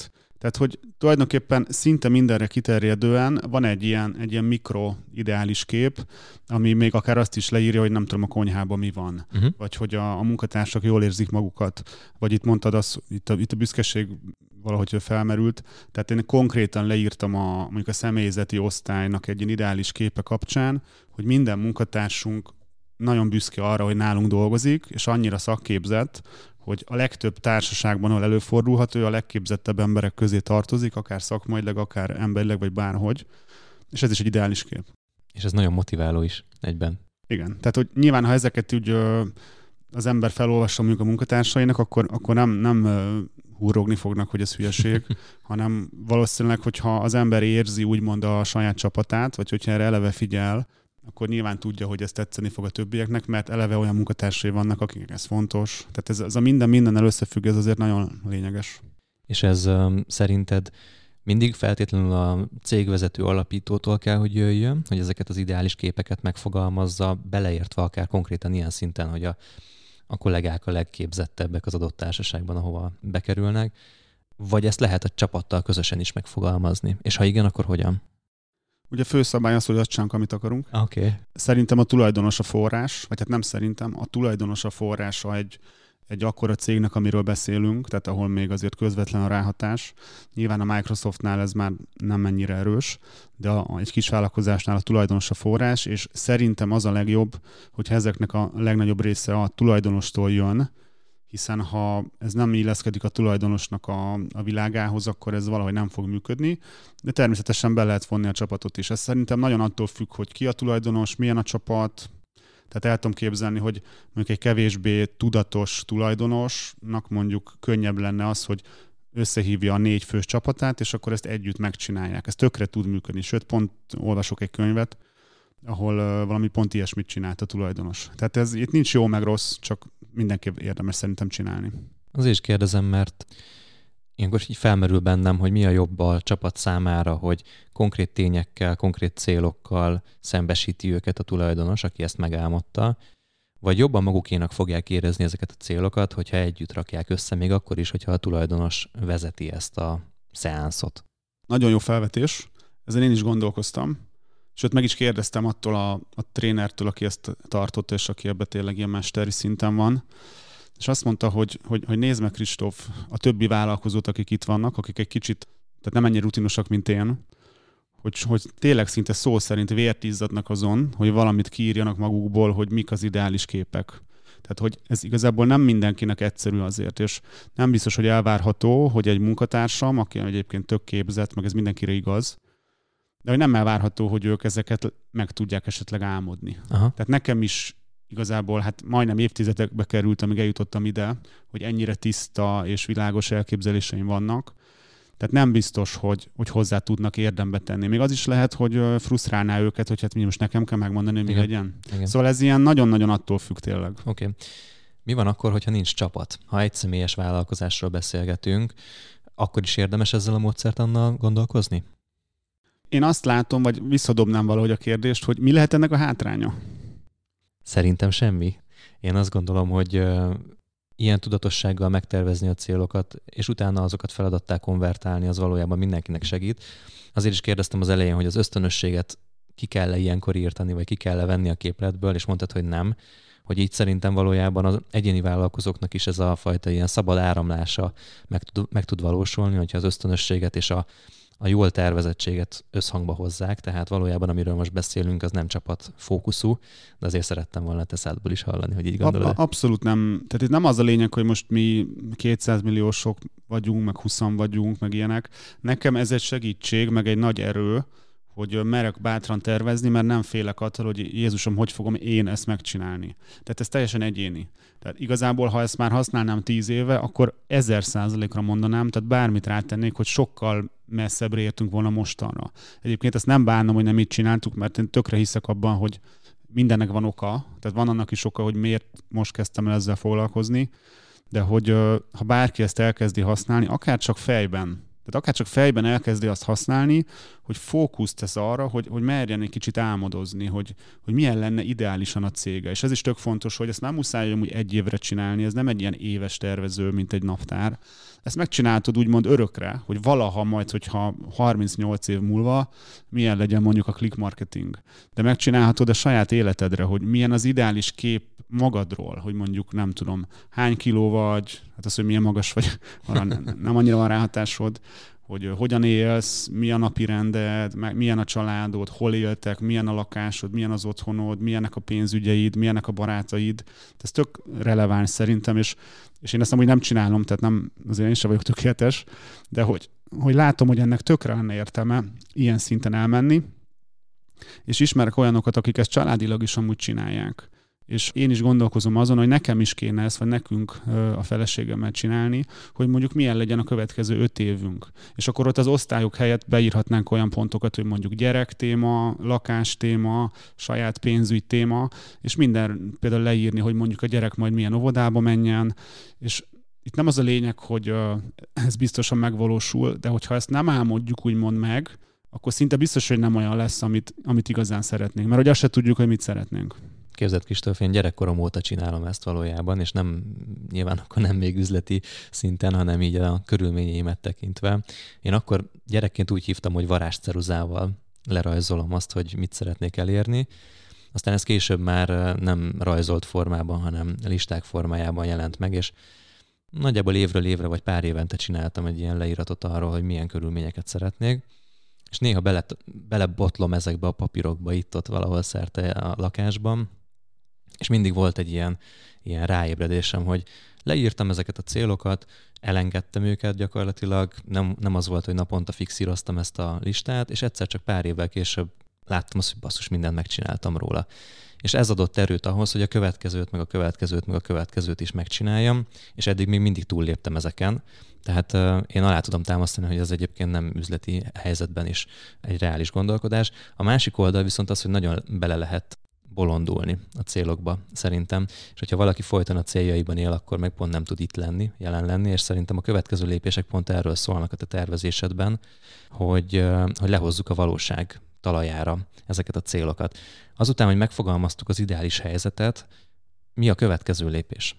Speaker 1: Tehát, hogy tulajdonképpen szinte mindenre kiterjedően van egy ilyen, egy ilyen mikro ideális kép, ami még akár azt is leírja, hogy nem tudom, a konyhában mi van, uh-huh. vagy hogy a, a munkatársak jól érzik magukat, vagy itt mondtad, az, itt, a, itt a büszkeség valahogy felmerült. Tehát én konkrétan leírtam a, mondjuk a személyzeti osztálynak egy ilyen ideális képe kapcsán, hogy minden munkatársunk nagyon büszke arra, hogy nálunk dolgozik, és annyira szakképzett, hogy a legtöbb társaságban, ahol előfordulhat, ő a legképzettebb emberek közé tartozik, akár szakmailag, akár emberileg, vagy bárhogy. És ez is egy ideális kép.
Speaker 2: És ez nagyon motiváló is egyben.
Speaker 1: Igen. Tehát, hogy nyilván, ha ezeket úgy ö, az ember felolvassa mondjuk a munkatársainak, akkor, akkor nem, nem ö, húrogni fognak, hogy ez hülyeség, hanem valószínűleg, hogyha az ember érzi úgymond a saját csapatát, vagy hogyha erre eleve figyel, akkor nyilván tudja, hogy ez tetszeni fog a többieknek, mert eleve olyan munkatársai vannak, akiknek ez fontos. Tehát ez, ez a minden mindennel összefügg, ez azért nagyon lényeges.
Speaker 2: És ez um, szerinted mindig feltétlenül a cégvezető alapítótól kell, hogy jöjjön, hogy ezeket az ideális képeket megfogalmazza, beleértve akár konkrétan ilyen szinten, hogy a, a kollégák a legképzettebbek az adott társaságban, ahova bekerülnek, vagy ezt lehet a csapattal közösen is megfogalmazni? És ha igen, akkor hogyan?
Speaker 1: Ugye főszabály az, hogy azt csinálunk, amit akarunk.
Speaker 2: Okay.
Speaker 1: Szerintem a tulajdonos a forrás, vagy hát nem szerintem, a tulajdonos a forrása egy, egy akkora cégnek, amiről beszélünk, tehát ahol még azért közvetlen a ráhatás. Nyilván a Microsoftnál ez már nem mennyire erős, de a, egy kis vállalkozásnál a tulajdonos a forrás, és szerintem az a legjobb, hogyha ezeknek a legnagyobb része a tulajdonostól jön, hiszen ha ez nem illeszkedik a tulajdonosnak a, a világához, akkor ez valahogy nem fog működni, de természetesen be lehet vonni a csapatot is. Ez szerintem nagyon attól függ, hogy ki a tulajdonos, milyen a csapat, tehát el tudom képzelni, hogy mondjuk egy kevésbé tudatos tulajdonosnak mondjuk könnyebb lenne az, hogy összehívja a négy fős csapatát, és akkor ezt együtt megcsinálják. Ez tökre tud működni, sőt pont olvasok egy könyvet, ahol uh, valami pont ilyesmit csinált a tulajdonos. Tehát ez, itt nincs jó meg rossz, csak mindenképp érdemes szerintem csinálni.
Speaker 2: Azért is kérdezem, mert ilyenkor így felmerül bennem, hogy mi a jobb a csapat számára, hogy konkrét tényekkel, konkrét célokkal szembesíti őket a tulajdonos, aki ezt megálmodta, vagy jobban magukénak fogják érezni ezeket a célokat, hogyha együtt rakják össze, még akkor is, hogyha a tulajdonos vezeti ezt a szeánszot.
Speaker 1: Nagyon jó felvetés, ezen én is gondolkoztam. Sőt, meg is kérdeztem attól a, a trénertől, aki ezt tartotta, és aki ebben tényleg ilyen mesteri szinten van. És azt mondta, hogy, hogy, hogy nézd meg, Kristóf, a többi vállalkozót, akik itt vannak, akik egy kicsit, tehát nem ennyire rutinosak, mint én, hogy, hogy tényleg szinte szó szerint vért izzadnak azon, hogy valamit kiírjanak magukból, hogy mik az ideális képek. Tehát, hogy ez igazából nem mindenkinek egyszerű azért, és nem biztos, hogy elvárható, hogy egy munkatársam, aki egyébként tök képzett, meg ez mindenkire igaz, de hogy nem elvárható, hogy ők ezeket meg tudják esetleg álmodni. Aha. Tehát nekem is igazából hát majdnem évtizedekbe került, amíg eljutottam ide, hogy ennyire tiszta és világos elképzeléseim vannak. Tehát nem biztos, hogy, hogy hozzá tudnak érdembe tenni. Még az is lehet, hogy frusztrálná őket, hogy hát most nekem kell megmondani, hogy mi legyen. Igen. Szóval ez ilyen nagyon-nagyon attól függ tényleg.
Speaker 2: Oké. Okay. Mi van akkor, hogyha nincs csapat? Ha egy személyes vállalkozásról beszélgetünk, akkor is érdemes ezzel a módszertannal gondolkozni?
Speaker 1: Én azt látom, vagy visszadobnám valahogy a kérdést, hogy mi lehet ennek a hátránya?
Speaker 2: Szerintem semmi. Én azt gondolom, hogy uh, ilyen tudatossággal megtervezni a célokat, és utána azokat feladattá konvertálni, az valójában mindenkinek segít. Azért is kérdeztem az elején, hogy az ösztönösséget ki kell-e ilyenkor írtani, vagy ki kell-e venni a képletből, és mondtad, hogy nem. Hogy így szerintem valójában az egyéni vállalkozóknak is ez a fajta ilyen szabad áramlása meg tud, meg tud valósulni, hogyha az ösztönösséget és a a jól tervezettséget összhangba hozzák, tehát valójában amiről most beszélünk, az nem csapat fókuszú, de azért szerettem volna te szádból is hallani, hogy így gondolod.
Speaker 1: Abszolút nem. Tehát itt nem az a lényeg, hogy most mi kétszáz milliósok vagyunk, meg húszan vagyunk, meg ilyenek. Nekem ez egy segítség, meg egy nagy erő, hogy merek bátran tervezni, mert nem félek attól, hogy Jézusom, hogy fogom én ezt megcsinálni. Tehát ez teljesen egyéni. Tehát igazából, ha ezt már használnám tíz éve, akkor ezer százalékra mondanám, tehát bármit rátennék, hogy sokkal messzebbre értünk volna mostanra. Egyébként ezt nem bánom, hogy nem így csináltuk, mert én tökre hiszek abban, hogy mindennek van oka, tehát van annak is oka, hogy miért most kezdtem el ezzel foglalkozni, de hogy ha bárki ezt elkezdi használni, akár csak fejben, Tehát akár csak fejben elkezdi azt használni, hogy fókuszt tesz arra, hogy, hogy merjen egy kicsit álmodozni, hogy, hogy milyen lenne ideálisan a cége. És ez is tök fontos, hogy ezt nem muszáj hogy egy évre csinálni, ez nem egy ilyen éves tervező, mint egy naptár. Ezt megcsináltad úgymond örökre, hogy valaha majd, hogyha harmincnyolc év múlva milyen legyen mondjuk a click marketing. De megcsinálhatod a saját életedre, hogy milyen az ideális kép magadról, hogy mondjuk nem tudom, hány kiló vagy, hát az, hogy milyen magas vagy, arra nem annyira van ráhatásod, hogy hogyan élsz, milyen a napi rended, milyen a családod, hol éltek, milyen a lakásod, milyen az otthonod, milyenek a pénzügyeid, milyenek a barátaid. Ez tök releváns szerintem, és, és én ezt amúgy nem csinálom, tehát nem, azért én sem vagyok tökéletes, de hogy, hogy látom, hogy ennek tökre lenne értelme ilyen szinten elmenni, és ismerek olyanokat, akik ezt családilag is amúgy csinálják. És én is gondolkozom azon, hogy nekem is kéne ezt, vagy nekünk a feleségemmel csinálni, hogy mondjuk milyen legyen a következő öt évünk. És akkor ott az osztályok helyett beírhatnánk olyan pontokat, hogy mondjuk gyerektéma, lakástéma, saját pénzügy téma, és minden például leírni, hogy mondjuk a gyerek majd milyen óvodába menjen, és itt nem az a lényeg, hogy ez biztosan megvalósul, de hogyha ezt nem álmodjuk úgymond meg, akkor szinte biztos, hogy nem olyan lesz, amit, amit igazán szeretnénk. Mert hogy azt se tudjuk, hogy mit szeretnénk.
Speaker 2: Képzeld, Kristóf, én gyerekkorom óta csinálom ezt valójában, és nem nyilván akkor nem még üzleti szinten, hanem így a körülményeimet tekintve. Én akkor gyerekként úgy hívtam, hogy varázsceruzával lerajzolom azt, hogy mit szeretnék elérni. Aztán ez később már nem rajzolt formában, hanem listák formájában jelent meg, és nagyjából évről évre vagy pár évente csináltam egy ilyen leíratot arról, hogy milyen körülményeket szeretnék. És néha bele, belebotlom ezekbe a papírokba itt-ott valahol szerte a lakásban, és mindig volt egy ilyen, ilyen ráébredésem, hogy leírtam ezeket a célokat, elengedtem őket gyakorlatilag, nem, nem az volt, hogy naponta fixíroztam ezt a listát, és egyszer csak pár évvel később láttam azt, hogy basszus, mindent megcsináltam róla. És ez adott erőt ahhoz, hogy a következőt, meg a következőt, meg a következőt is megcsináljam, és eddig még mindig túlléptem ezeken. Tehát uh, én alá tudom támasztani, hogy ez egyébként nem üzleti helyzetben is egy reális gondolkodás. A másik oldal viszont az, hogy nagyon bele lehet bolondulni a célokba szerintem, és hogyha valaki folyton a céljaiban él, akkor meg pont nem tud itt lenni, jelen lenni, és szerintem a következő lépések pont erről szólnak a te tervezésedben, hogy, uh, hogy lehozzuk a valóság talajára ezeket a célokat. Azután, hogy megfogalmaztuk az ideális helyzetet, mi a következő lépés?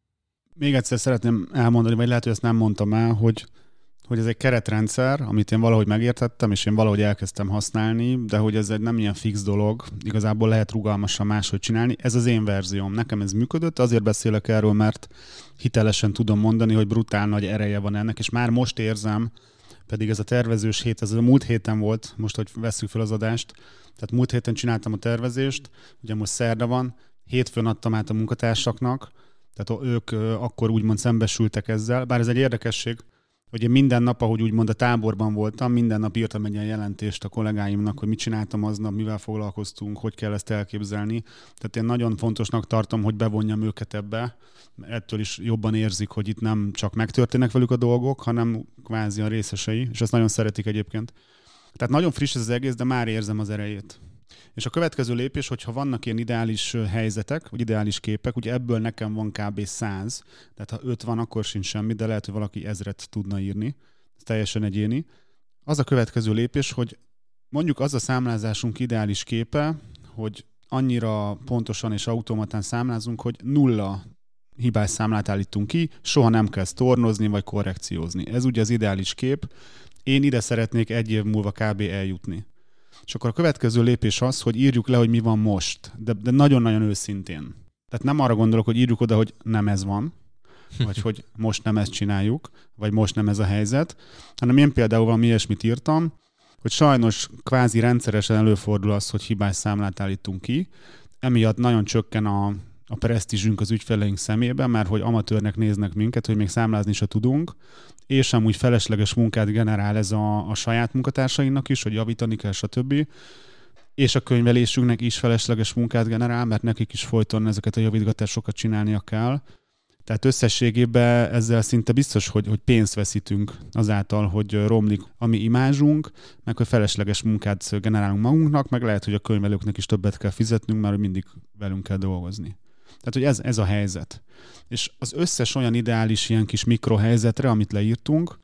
Speaker 1: Még egyszer szeretném elmondani, vagy lehet, hogy ezt nem mondtam el, hogy, hogy ez egy keretrendszer, amit én valahogy megértettem, és én valahogy elkezdtem használni, de hogy ez egy nem ilyen fix dolog, igazából lehet rugalmasan máshogy csinálni. Ez az én verzióm. Nekem ez működött, azért beszélek erről, mert hitelesen tudom mondani, hogy brutál nagy ereje van ennek, és már most érzem, pedig ez a tervezős hét, ez a múlt héten volt, most, hogy vesszük fel az adást, tehát múlt héten csináltam a tervezést, ugye most szerda van, hétfőn adtam át a munkatársaknak, tehát ők akkor úgymond szembesültek ezzel, bár ez egy érdekesség, hogy én minden nap, ahogy úgymond a táborban voltam, minden nap írtam egy ilyen jelentést a kollégáimnak, hogy mit csináltam aznap, mivel foglalkoztunk, hogy kell ezt elképzelni. Tehát én nagyon fontosnak tartom, hogy bevonjam őket ebbe, ettől is jobban érzik, hogy itt nem csak megtörténnek velük a dolgok, hanem kvázi a részesei, és ezt nagyon szeretik egyébként. Tehát nagyon friss ez az egész, de már érzem az erejét. És a következő lépés, hogyha vannak ilyen ideális helyzetek, vagy ideális képek, ugye ebből nekem van kb. száz, tehát ha öt van, akkor sincs semmi, de lehet, hogy valaki ezret tudna írni. Ez teljesen egyéni. Az a következő lépés, hogy mondjuk az a számlázásunk ideális képe, hogy annyira pontosan és automatán számlázunk, hogy nulla hibás számlát állítunk ki, soha nem kell tornozni vagy korrekciózni. Ez ugye az ideális kép. Én ide szeretnék egy év múlva kb. Eljutni. És akkor a következő lépés az, hogy írjuk le, hogy mi van most, de, de nagyon-nagyon őszintén. Tehát nem arra gondolok, hogy írjuk oda, hogy nem ez van, vagy hogy most nem ezt csináljuk, vagy most nem ez a helyzet, hanem én például valami ilyesmit írtam, hogy sajnos kvázi rendszeresen előfordul az, hogy hibás számlát állítunk ki, emiatt nagyon csökken a, a presztízsünk az ügyfeleink szemében, mert hogy amatőrnek néznek minket, hogy még számlázni se tudunk, és amúgy felesleges munkát generál ez a, a saját munkatársainknak is, hogy javítani kell, stb. És a könyvelésünknek is felesleges munkát generál, mert nekik is folyton ezeket a javítgatásokat csinálnia kell. Tehát összességében ezzel szinte biztos, hogy, hogy pénzt veszítünk azáltal, hogy romlik a mi imázsunk, meg hogy felesleges munkát generálunk magunknak, meg lehet, hogy a könyvelőknek is többet kell fizetnünk, mert mindig velünk kell dolgozni. Tehát, hogy ez, ez a helyzet. És az összes olyan ideális ilyen kis mikrohelyzetre, amit leírtunk,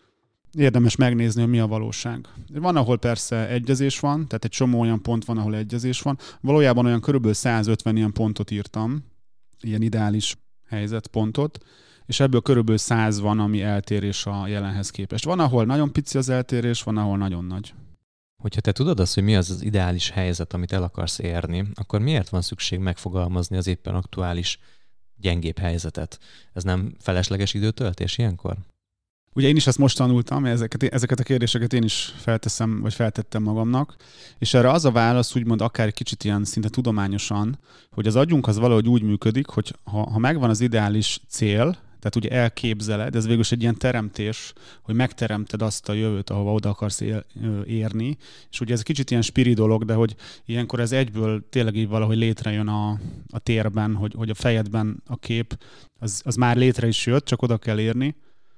Speaker 1: Érdemes megnézni, hogy mi a valóság. Van, ahol persze egyezés van, tehát egy csomó olyan pont van, ahol egyezés van. Valójában olyan körülbelül százötven ilyen pontot írtam, ilyen ideális helyzetpontot, és ebből körülbelül száz van, ami eltérés a jelenhez képest. Van, ahol nagyon pici az eltérés, van, ahol nagyon nagy.
Speaker 2: Hogyha te tudod azt, hogy mi az az ideális helyzet, amit el akarsz érni, akkor miért van szükség megfogalmazni az éppen aktuális gyengébb helyzetet? Ez nem felesleges időtöltés ilyenkor?
Speaker 1: Ugye én is ezt most tanultam, ezeket, ezeket a kérdéseket én is felteszem, vagy feltettem magamnak, és erre az a válasz úgymond akár egy kicsit ilyen szinte tudományosan, hogy az agyunk az valahogy úgy működik, hogy ha, ha megvan az ideális cél, tehát ugye elképzeled, ez végül egy ilyen teremtés, hogy megteremted azt a jövőt, ahova oda akarsz él, érni, és ugye ez kicsit ilyen spiri dolog, de hogy ilyenkor ez egyből tényleg így valahogy létrejön a, a térben, hogy, hogy a fejedben a kép, az, az már létre is jött, csak oda kell érni.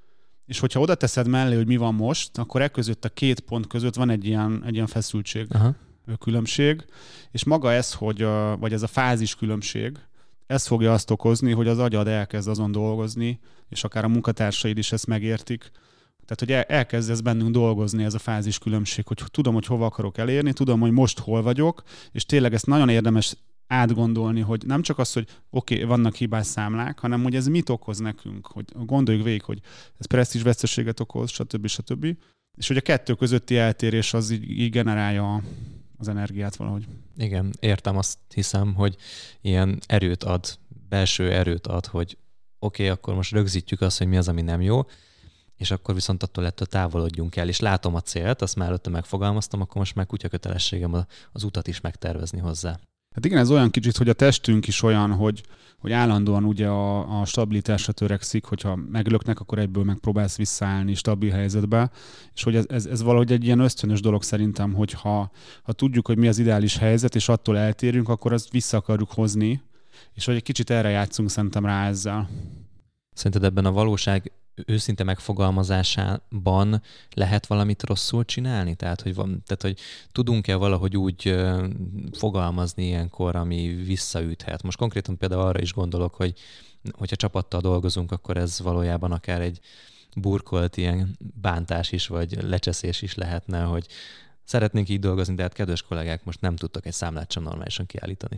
Speaker 1: És hogyha oda teszed mellé, hogy mi van most, akkor e között a két pont között van egy ilyen, egy ilyen feszültség, Aha. különbség, és maga ez, hogy, vagy ez a fázis különbség, ez fogja azt okozni, hogy az agyad elkezd azon dolgozni, és akár a munkatársaid is ezt megértik. Tehát, hogy el, elkezd ez bennünk dolgozni, ez a fázis különbség, hogy tudom, hogy hova akarok elérni, tudom, hogy most hol vagyok, és tényleg ezt nagyon érdemes átgondolni, hogy nem csak az, hogy oké, okay, vannak hibás számlák, hanem hogy ez mit okoz nekünk, hogy gondoljuk végig, hogy ez presztízsveszteséget okoz, stb. stb. És hogy a kettő közötti eltérés az így, így generálja az energiát valahogy.
Speaker 2: Igen, értem, azt hiszem, hogy ilyen erőt ad, belső erőt ad, hogy oké, okay, akkor most rögzítjük azt, hogy mi az, ami nem jó, és akkor viszont attól ettől távolodjunk el, és látom a célt, azt már előtte megfogalmaztam, akkor most már kutya kötelességem az utat is megtervezni hozzá.
Speaker 1: Hát igen, ez olyan kicsit, hogy a testünk is olyan, hogy, hogy állandóan ugye a, a stabilitásra törekszik, hogyha meglöknek, akkor egyből megpróbálsz visszaállni stabil helyzetbe, és hogy ez, ez, ez valahogy egy ilyen ösztönös dolog szerintem, hogy ha, ha tudjuk, hogy mi az ideális helyzet, és attól eltérünk, akkor azt vissza akarjuk hozni, és hogy egy kicsit erre játszunk szerintem rá ezzel.
Speaker 2: Szerinted ebben a valóság őszinte megfogalmazásában lehet valamit rosszul csinálni? Tehát, hogy, van, tehát, hogy tudunk-e valahogy úgy ö, fogalmazni ilyenkor, ami visszaüthet? Most konkrétan például arra is gondolok, hogy hogyha csapattal dolgozunk, akkor ez valójában akár egy burkolt ilyen bántás is, vagy lecseszés is lehetne, hogy szeretnénk így dolgozni, de hát kedves kollégák, most nem tudtak egy számlát sem normálisan kiállítani.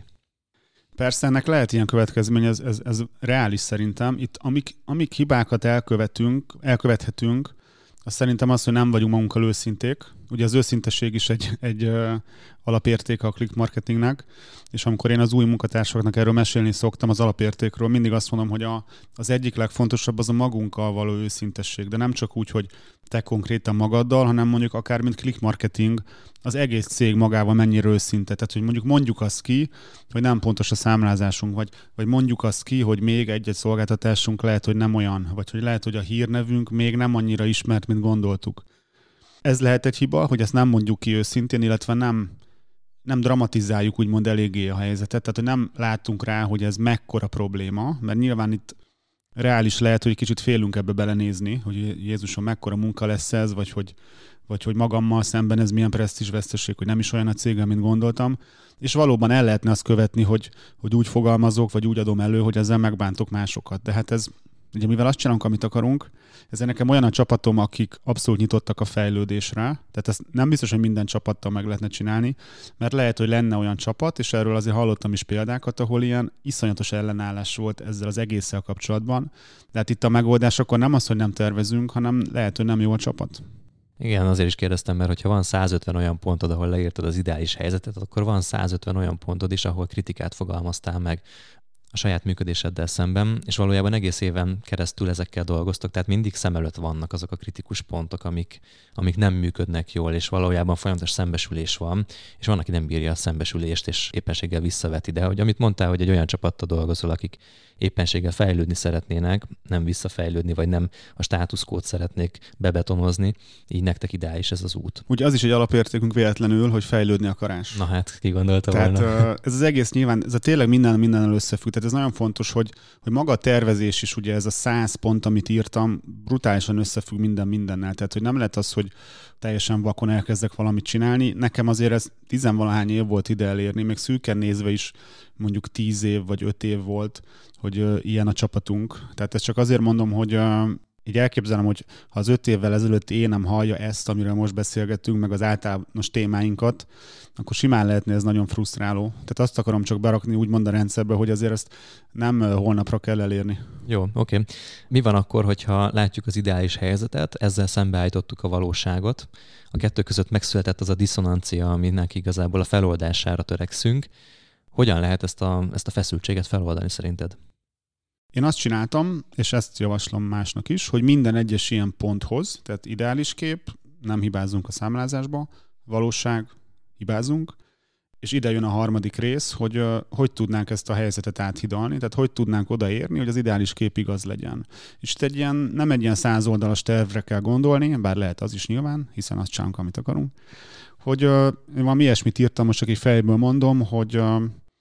Speaker 1: Persze ennek lehet ilyen következmény, ez, ez, ez reális szerintem. Itt amik, amik hibákat elkövetünk, elkövethetünk, az szerintem az, hogy nem vagyunk magunkkal őszinték. Ugye az őszintesség is egy, egy ö, alapértéke a click marketingnek, és amikor én az új munkatársaknak erről mesélni szoktam az alapértékről, mindig azt mondom, hogy a, az egyik legfontosabb az a magunkkal való őszintesség, de nem csak úgy, hogy te konkrétan magaddal, hanem mondjuk akár mint click marketing, az egész cég magával mennyire őszinte. Tehát, hogy mondjuk mondjuk azt ki, hogy nem pontos a számlázásunk, vagy, vagy mondjuk azt ki, hogy még egy-egy szolgáltatásunk lehet, hogy nem olyan, vagy hogy lehet, hogy a hírnevünk még nem annyira ismert, mint gondoltuk. Ez lehet egy hiba, hogy ezt nem mondjuk ki őszintén, illetve nem, nem dramatizáljuk úgymond eléggé a helyzetet, tehát hogy nem látunk rá, hogy ez mekkora probléma, mert nyilván itt reális lehet, hogy kicsit félünk ebbe belenézni, hogy Jézusom, mekkora munka lesz ez, vagy hogy, vagy hogy magammal szemben ez milyen presztízsveszteség, hogy nem is olyan a cégem, mint gondoltam. És valóban el lehetne azt követni, hogy, hogy úgy fogalmazok, vagy úgy adom elő, hogy ezzel megbántok másokat. De hát ez, ugye mivel azt csinálunk, amit akarunk, ez nekem olyan a csapatom, akik abszolút nyitottak a fejlődésre, tehát ezt nem biztos, hogy minden csapattal meg lehetne csinálni, mert lehet, hogy lenne olyan csapat, és erről azért hallottam is példákat, ahol ilyen iszonyatos ellenállás volt ezzel az egésszel kapcsolatban. De hát itt a megoldás akkor nem az, hogy nem tervezünk, hanem lehet, hogy nem jó a csapat.
Speaker 2: Igen, azért is kérdeztem, mert hogyha van százötven olyan pontod, ahol leírtad az ideális helyzetet, akkor van százötven olyan pontod is, ahol kritikát fogalmaztál meg a saját működéseddel szemben, és valójában egész éven keresztül ezekkel dolgoztok, tehát mindig szem előtt vannak azok a kritikus pontok, amik, amik nem működnek jól, és valójában folyamatos szembesülés van, és van, aki nem bírja a szembesülést, és éppenséggel visszaveti. De hogy amit mondtál, hogy egy olyan csapattal dolgozol, akik éppenséggel fejlődni szeretnének, nem visszafejlődni, vagy nem a státuszkót szeretnék bebetonozni, így nektek ideális ez az út.
Speaker 1: Ugye az is egy alapértékünk véletlenül, hogy fejlődni akarás.
Speaker 2: Na hát, ki gondolta
Speaker 1: Tehát
Speaker 2: volna.
Speaker 1: ez az egész nyilván, ez a tényleg minden mindennel összefügg. Tehát ez nagyon fontos, hogy, hogy maga a tervezés is, ugye ez a száz pont, amit írtam, brutálisan összefügg minden mindennel. Tehát, hogy nem lehet az, hogy teljesen vakon elkezdek valamit csinálni. Nekem azért ez tizenvalahány év volt ide elérni, még szűken nézve is mondjuk tíz év vagy öt év volt, hogy uh, ilyen a csapatunk. Tehát ezt csak azért mondom, hogy uh, így elképzelem, hogy ha az öt évvel ezelőtt én nem hallja ezt, amiről most beszélgettünk, meg az általános témáinkat, akkor simán lehetne ez nagyon frusztráló. Tehát azt akarom csak berakni úgymond a rendszerbe, hogy azért ezt nem holnapra kell elérni.
Speaker 2: Jó, oké. Okay. Mi van akkor, hogyha látjuk az ideális helyzetet, ezzel szembeállítottuk a valóságot, a kettő között megszületett az a diszonancia, aminek igazából a feloldására törekszünk. Hogyan lehet ezt a, ezt a feszültséget feloldani szerinted?
Speaker 1: Én azt csináltam, és ezt javaslom másnak is, hogy minden egyes ilyen ponthoz, tehát ideális kép, nem hibázunk a számlázásba, valóság, hibázunk, és ide jön a harmadik rész, hogy uh, hogy tudnánk ezt a helyzetet áthidalni, tehát hogy tudnánk odaérni, hogy az ideális kép igaz legyen. És itt egy ilyen, nem egy ilyen száz oldalas tervre kell gondolni, bár lehet az is nyilván, hiszen azt csinálunk, amit akarunk, hogy uh, én valami ilyesmit írtam, most csak így fejből mondom, hogy uh,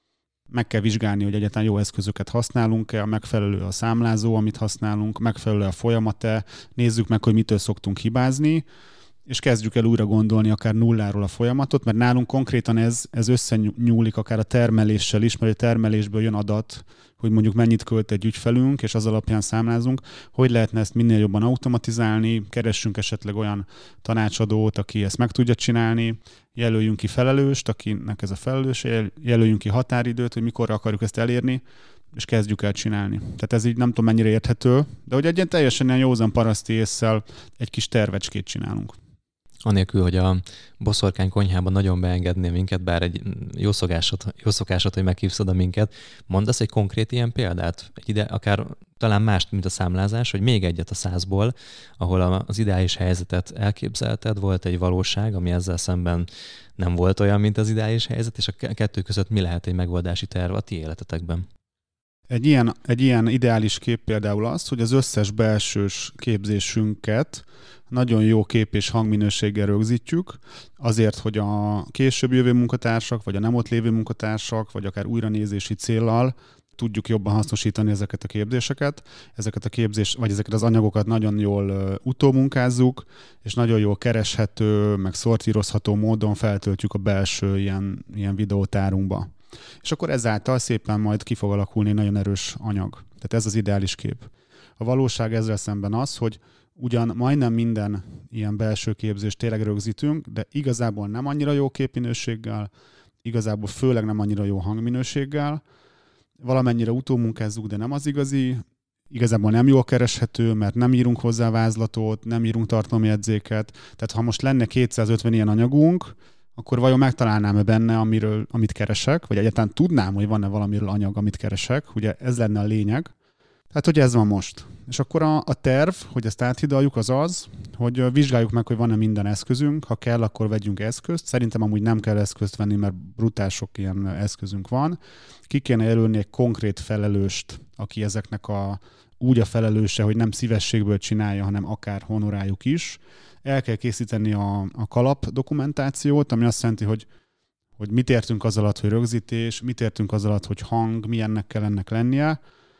Speaker 1: meg kell vizsgálni, hogy egyáltalán jó eszközöket használunk-e, a megfelelő a számlázó, amit használunk, megfelelő a folyamat-e, nézzük meg, hogy mitől szoktunk hibázni, és kezdjük el újra gondolni akár nulláról a folyamatot, mert nálunk konkrétan ez, ez összenyúlik akár a termeléssel is, mert a termelésből jön adat, hogy mondjuk mennyit költ egy ügyfelünk, és az alapján számlázunk, hogy lehetne ezt minél jobban automatizálni, keressünk esetleg olyan tanácsadót, aki ezt meg tudja csinálni, jelöljünk ki felelőst, akinek ez a felelős, jelöljünk ki határidőt, hogy mikorra akarjuk ezt elérni, és kezdjük el csinálni. Tehát ez így nem tudom mennyire érthető, de hogy egy ilyen teljesen ilyen józan paraszti ésszel egy kis tervecskét csinálunk.
Speaker 2: Anélkül, hogy a boszorkány konyhában nagyon beengednél minket, bár egy jó szokásod, jó szokásod, hogy meghívsz oda minket, mondasz egy konkrét ilyen példát? Egy ide, akár talán mást, mint a számlázás, hogy még egyet a százból, ahol az ideális helyzetet elképzelted, volt egy valóság, ami ezzel szemben nem volt olyan, mint az ideális helyzet, és a kettő között mi lehet egy megoldási terv a ti életetekben?
Speaker 1: Egy ilyen, egy ilyen ideális kép például az, hogy az összes belsős képzésünket nagyon jó kép és hangminőséggel rögzítjük, azért, hogy a később jövő munkatársak, vagy a nem ott lévő munkatársak, vagy akár újranézési céllal tudjuk jobban hasznosítani ezeket a képzéseket, ezeket a képzés, vagy ezeket az anyagokat nagyon jól uh, utómunkázzuk, és nagyon jól kereshető, meg szortírozható módon feltöltjük a belső ilyen, ilyen videótárunkba. És akkor ezáltal szépen majd ki fog alakulni egy nagyon erős anyag. Tehát ez az ideális kép. A valóság ezzel szemben az, hogy ugyan majdnem minden ilyen belső képzést tényleg rögzítünk, de igazából nem annyira jó képminőséggel, igazából főleg nem annyira jó hangminőséggel, valamennyire utómunkázzuk, de nem az igazi, igazából nem jól kereshető, mert nem írunk hozzá vázlatot, nem írunk tartalomjegyzéket. Tehát ha most lenne kétszázötven ilyen anyagunk, akkor vajon megtalálnám-e benne, amiről, amit keresek, vagy egyáltalán tudnám, hogy van-e valamiről anyag, amit keresek. Ugye ez lenne a lényeg. Tehát, hogy ez van most. És akkor a, a terv, hogy ezt áthidaljuk, az az, hogy vizsgáljuk meg, hogy van-e minden eszközünk. Ha kell, akkor vegyünk eszközt. Szerintem amúgy nem kell eszközt venni, mert brutál sok ilyen eszközünk van. Ki kéne jelölni egy konkrét felelőst, aki ezeknek a, úgy a felelőse, hogy nem szívességből csinálja, hanem akár honoráljuk is. El kell készíteni a, a kalap dokumentációt, ami azt jelenti, hogy, hogy mit értünk az alatt, hogy rögzítés, mit értünk az alatt, hogy hang, milyennek kell ennek lennie,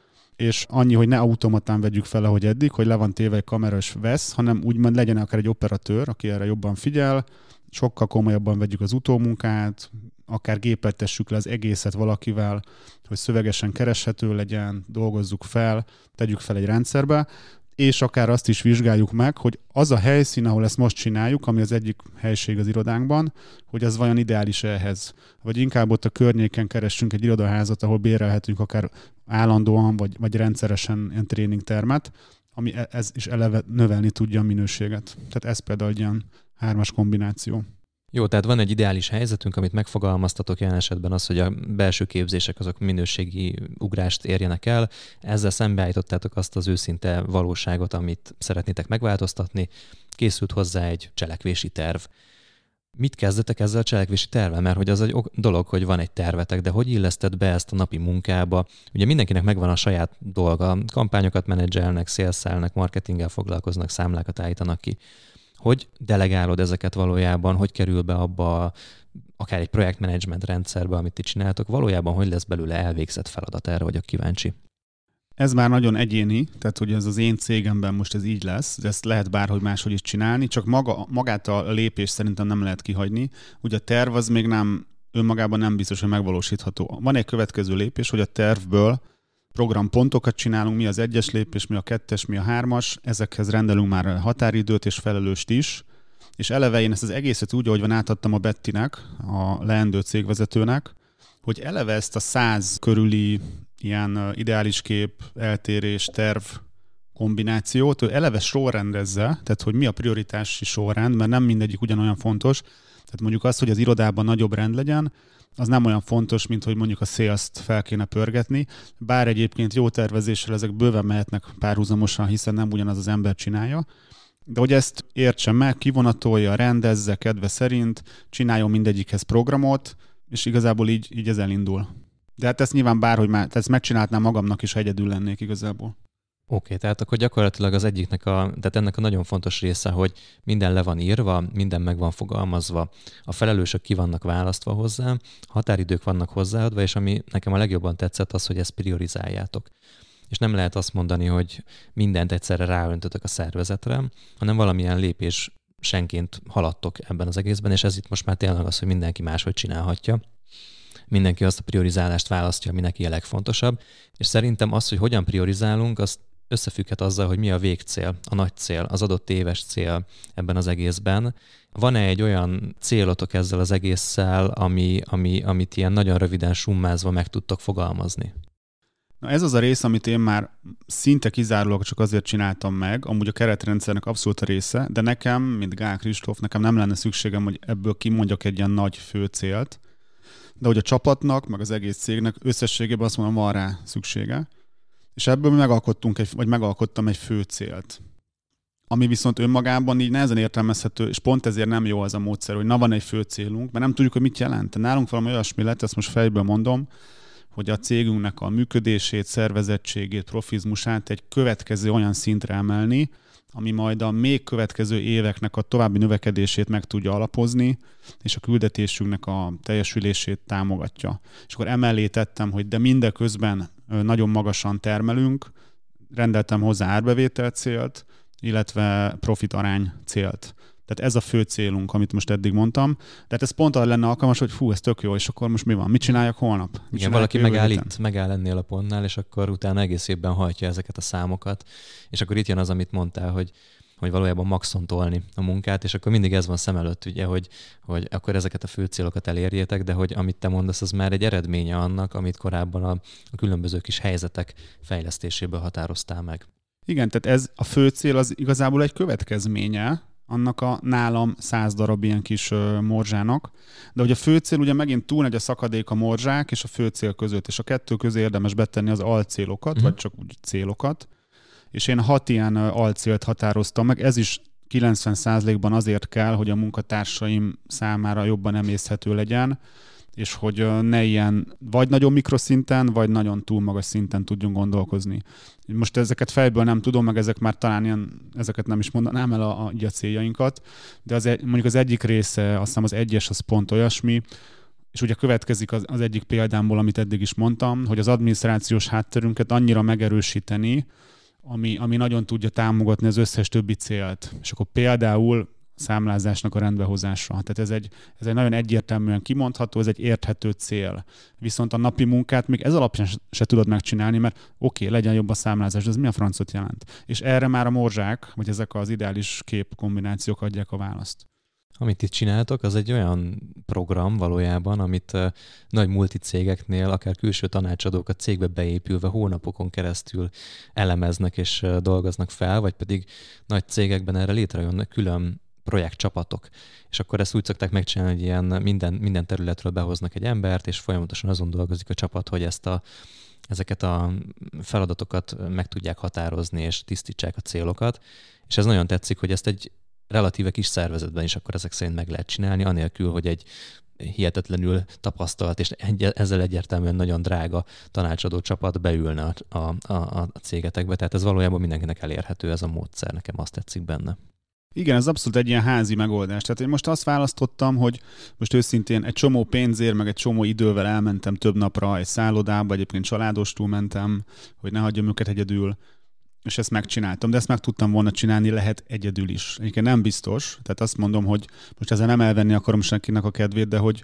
Speaker 1: és annyi, hogy ne automatán vegyük fel, ahogy eddig, hogy le van téve egy kamera és vesz, hanem úgymond legyen akár egy operatőr, aki erre jobban figyel, sokkal komolyabban vegyük az utómunkát, akár gépeltessük le az egészet valakivel, hogy szövegesen kereshető legyen, dolgozzuk fel, tegyük fel egy rendszerbe, és akár azt is vizsgáljuk meg, hogy az a helyszín, ahol ezt most csináljuk, ami az egyik helység az irodánkban, hogy az vajon ideális ehhez. Vagy inkább ott a környéken keressünk egy irodaházat, ahol bérelhetünk akár állandóan, vagy, vagy rendszeresen ilyen tréningtermet, ami ez is eleve növelni tudja a minőséget. Tehát ez például egy ilyen hármas kombináció.
Speaker 2: Jó, tehát van egy ideális helyzetünk, amit megfogalmaztatok jelen esetben az, hogy a belső képzések azok minőségi ugrást érjenek el. Ezzel szembeállítottátok azt az őszinte valóságot, amit szeretnétek megváltoztatni. Készült hozzá egy cselekvési terv. Mit kezdetek ezzel a cselekvési tervvel? Mert hogy az egy dolog, hogy van egy tervetek, de hogy illeszted be ezt a napi munkába? Ugye mindenkinek megvan a saját dolga. Kampányokat menedzselnek, szélszelnek, marketinggel foglalkoznak, számlákat állítanak ki. Hogy delegálod ezeket valójában, hogy kerül be abba akár egy projektmenedzsment rendszerbe, amit ti csináltok, valójában hogy lesz belőle elvégzett feladat, erre vagyok kíváncsi.
Speaker 1: Ez már nagyon egyéni, tehát hogy ez az én cégemben most ez így lesz, de ezt lehet bárhogy máshogy is csinálni, csak maga, magát a lépést szerintem nem lehet kihagyni. Ugye a terv az még nem, önmagában nem biztos, hogy megvalósítható. Van egy következő lépés, hogy a tervből programpontokat csinálunk, mi az egyes lépés, mi a kettes, mi a hármas, ezekhez rendelünk már határidőt és felelőst is, és eleve én ezt az egészet úgy, ahogy van átadtam a Bettinek, a leendő cégvezetőnek, hogy eleve ezt a száz körüli ilyen ideális kép, eltérés, terv kombinációt, ő eleve sorrendezze, tehát hogy mi a prioritási sorrend, mert nem mindegyik ugyanolyan fontos. Tehát mondjuk az, hogy az irodában nagyobb rend legyen, az nem olyan fontos, mint hogy mondjuk a sales-t fel kéne pörgetni, bár egyébként jó tervezéssel ezek bőven mehetnek párhuzamosan, hiszen nem ugyanaz az ember csinálja. De hogy ezt értsen meg, kivonatolja, rendezze kedve szerint, csináljon mindegyikhez programot, és igazából így, így ez elindul. De hát ezt nyilván bárhogy már, tehát ezt megcsináltnám magamnak is, ha egyedül lennék igazából.
Speaker 2: Oké, okay, tehát akkor gyakorlatilag az egyiknek a, tehát ennek a nagyon fontos része, hogy minden le van írva, minden meg van fogalmazva, a felelősök ki vannak választva hozzá, határidők vannak hozzáadva, és ami nekem a legjobban tetszett az, hogy ezt priorizáljátok. És nem lehet azt mondani, hogy mindent egyszerre ráöntötök a szervezetre, hanem valamilyen lépésenként haladtok ebben az egészben, és ez itt most már tényleg az, hogy mindenki máshogy csinálhatja. Mindenki azt a priorizálást választja, ami neki a legfontosabb, és szerintem az, hogy hogyan priorizálunk, az összefügghet azzal, hogy mi a végcél, a nagy cél, az adott éves cél ebben az egészben. Van-e egy olyan célotok ezzel az egésszel, ami, ami, amit ilyen nagyon röviden summázva meg tudtok fogalmazni?
Speaker 1: Na ez az a rész, amit én már szinte kizárólag csak azért csináltam meg, amúgy a keretrendszernek abszolút a része, de nekem, mint Gál Kristóf, nekem nem lenne szükségem, hogy ebből kimondjak egy ilyen nagy fő célt, de hogy a csapatnak, meg az egész cégnek összességében azt mondom, van rá szüksége. És ebből mi megalkottunk egy, vagy megalkottam egy fő célt. Ami viszont önmagában így nehezen értelmezhető, és pont ezért nem jó az a módszer, hogy na van egy fő célunk, mert nem tudjuk, hogy mit jelent. Nálunk valami olyasmi lett, ezt most fejből mondom, hogy a cégünknek a működését, szervezettségét, profizmusát egy következő olyan szintre emelni, ami majd a még következő éveknek a további növekedését meg tudja alapozni, és a küldetésünknek a teljesülését támogatja. És akkor emellé tettem, hogy de mindeközben nagyon magasan termelünk, rendeltem hozzá árbevétel célt, illetve profit arány célt. Tehát ez a fő célunk, amit most eddig mondtam. Tehát ez pont arra lenne alkalmas, hogy fú, ez tök jó, és akkor most mi van? Mit csináljak holnap? Mit
Speaker 2: Igen, valaki megáll itt, megáll ennél a pontnál, és akkor utána egész évben hajtja ezeket a számokat. És akkor itt jön az, amit mondtál, hogy, hogy valójában maxon tolni a munkát, és akkor mindig ez van szem előtt, ugye, hogy, hogy akkor ezeket a fő célokat elérjétek, de hogy amit te mondasz, az már egy eredménye annak, amit korábban a, a különböző kis helyzetek fejlesztéséből határoztál meg.
Speaker 1: Igen, tehát ez a fő cél az igazából egy következménye annak a nálam száz darab ilyen kis uh, morzsának. De hogy a fő cél ugye megint túl nagy a szakadék a morzsák és a fő cél között, és a kettő közé érdemes betenni az alcélokat, mm. vagy csak úgy célokat. És én hat ilyen uh, alcélt határoztam meg, ez is kilencven százalékban azért kell, hogy a munkatársaim számára jobban emészhető legyen, és hogy uh, ne ilyen vagy nagyon mikroszinten, vagy nagyon túl magas szinten tudjunk gondolkozni. Most ezeket fejből nem tudom, meg ezek már talán ilyen, ezeket nem is mondanám el a, a, a céljainkat, de az egy, mondjuk az egyik része, azt hiszem az egyes, az pont olyasmi, és ugye következik az, az egyik példámból, amit eddig is mondtam, hogy az adminisztrációs hátterünket annyira megerősíteni, ami, ami nagyon tudja támogatni az összes többi célt. És akkor például számlázásnak a rendbehozása. Tehát ez egy, ez egy nagyon egyértelműen kimondható, ez egy érthető cél. Viszont a napi munkát még ez alapján se tudod megcsinálni, mert oké, okay, legyen jobb a számlázás, de ez mi a francot jelent? És erre már a morzsák, vagy ezek az ideális kép kombinációk adják a választ.
Speaker 2: Amit itt csináltok, az egy olyan program valójában, amit uh, nagy multicégeknél, akár külső tanácsadók a cégbe beépülve hónapokon keresztül elemeznek és uh, dolgoznak fel, vagy pedig nagy cégekben erre létrejönnek külön projektcsapatok. És akkor ezt úgy szokták megcsinálni, hogy ilyen minden, minden területről behoznak egy embert, és folyamatosan azon dolgozik a csapat, hogy ezt a, ezeket a feladatokat meg tudják határozni, és tisztítsák a célokat. És ez nagyon tetszik, hogy ezt egy relatíve kis szervezetben is akkor ezek szerint meg lehet csinálni, anélkül, hogy egy hihetetlenül tapasztalt, és egy, ezzel egyértelműen nagyon drága tanácsadó csapat beülne a, a, a, a cégetekbe. Tehát ez valójában mindenkinek elérhető, ez a módszer, nekem azt tetszik benne.
Speaker 1: Igen, ez abszolút egy ilyen házi megoldás. Tehát én most azt választottam, hogy most őszintén egy csomó pénzért, meg egy csomó idővel elmentem több napra egy szállodába, egyébként családostul mentem, hogy ne hagyjam őket egyedül, és ezt megcsináltam, de ezt meg tudtam volna csinálni, lehet egyedül is. Egyébként nem biztos, tehát azt mondom, hogy most ezzel nem elvenni akarom senkinek a kedvét, de hogy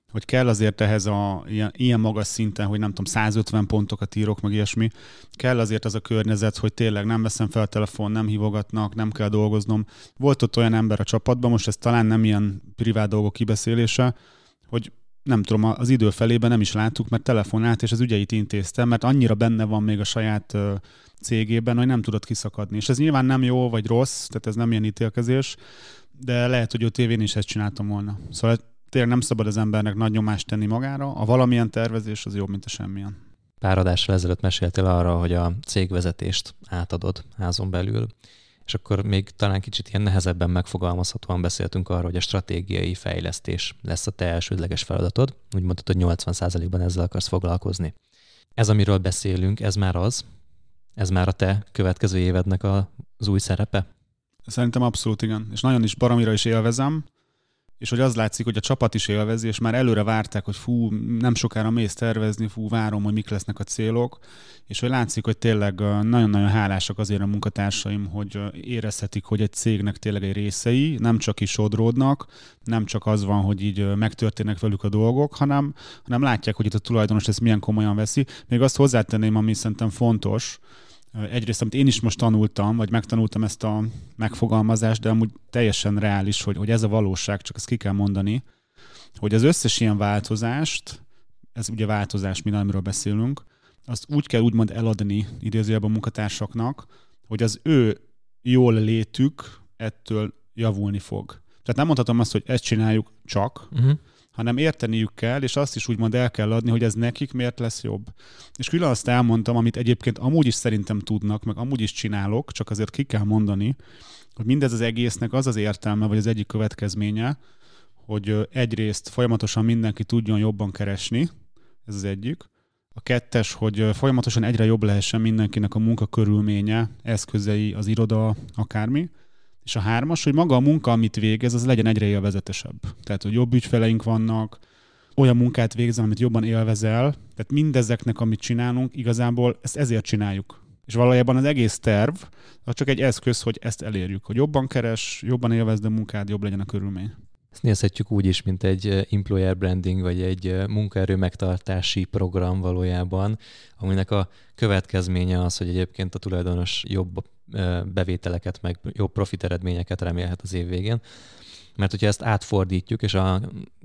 Speaker 1: hogy kell azért ehhez a ilyen, ilyen magas szinten, hogy nem tudom, száz ötven pontokat írok, meg ilyesmi, kell azért az a környezet, hogy tényleg nem veszem fel a telefon, nem hívogatnak, nem kell dolgoznom. Volt ott olyan ember a csapatban, most ez talán nem ilyen privát dolgok kibeszélése, hogy nem tudom, az idő felében nem is láttuk, mert telefonált, és az ügyeit intézte, mert annyira benne van még a saját cégében, hogy nem tudott kiszakadni. És ez nyilván nem jó, vagy rossz, tehát ez nem ilyen ítélkezés, de lehet, hogy öt évén is ezt csináltam volna. Szóval tényleg nem szabad az embernek nagy nyomást tenni magára, a valamilyen tervezés az jobb, mint a semmilyen.
Speaker 2: Pár adással ezelőtt meséltél arra, hogy a cégvezetést átadod házon belül, és akkor még talán kicsit ilyen nehezebben megfogalmazhatóan beszéltünk arról, hogy a stratégiai fejlesztés lesz a te elsődleges feladatod. Úgy mondtad, hogy nyolcvan százalékban ezzel akarsz foglalkozni. Ez, amiről beszélünk, ez már az? Ez már a te következő évednek az új szerepe?
Speaker 1: Szerintem abszolút igen. És nagyon is baromira is élvezem, és hogy az látszik, hogy a csapat is élvezi, és már előre várták, hogy fú, nem sokára mész tervezni, fú, várom, hogy mik lesznek a célok, és hogy látszik, hogy tényleg nagyon-nagyon hálásak azért a munkatársaim, hogy érezhetik, hogy egy cégnek tényleg egy részei, nem csak is sodródnak, nem csak az van, hogy így megtörténnek velük a dolgok, hanem, hanem látják, hogy itt a tulajdonos ezt milyen komolyan veszi. Még azt hozzátenném, ami szerintem fontos, egyrészt, amit én is most tanultam, vagy megtanultam ezt a megfogalmazást, de amúgy teljesen reális, hogy, hogy ez a valóság, csak ezt ki kell mondani, hogy az összes ilyen változást, ez ugye változás, minden, amiről beszélünk, azt úgy kell úgymond eladni idézőjelben a munkatársaknak, hogy az ő jól létük ettől javulni fog. Tehát nem mondhatom azt, hogy ezt csináljuk csak, uh-huh. hanem érteniük kell, és azt is úgymond el kell adni, hogy ez nekik miért lesz jobb. És külön azt elmondtam, amit egyébként amúgy is szerintem tudnak, meg amúgy is csinálok, csak azért ki kell mondani, hogy mindez az egésznek az az értelme, vagy az egyik következménye, hogy egyrészt folyamatosan mindenki tudjon jobban keresni, ez az egyik. A kettes, hogy folyamatosan egyre jobb lehessen mindenkinek a munkakörülménye, eszközei, az iroda, akármi. És a hármas, hogy maga a munka, amit végez, az legyen egyre élvezetesebb. Tehát, hogy jobb ügyfeleink vannak, olyan munkát végzel, amit jobban élvezel. Tehát mindezeknek, amit csinálunk, igazából ezt ezért csináljuk. És valójában az egész terv, az csak egy eszköz, hogy ezt elérjük. Hogy jobban keres, jobban élvezd a munkád, jobb legyen a körülmény.
Speaker 2: Ezt nézhetjük úgy is, mint egy employer branding, vagy egy munkaerő megtartási program valójában, aminek a következménye az, hogy egyébként a tulajdonos jobb bevételeket, meg jobb profit eredményeket remélhet az év végén. Mert hogyha ezt átfordítjuk, és a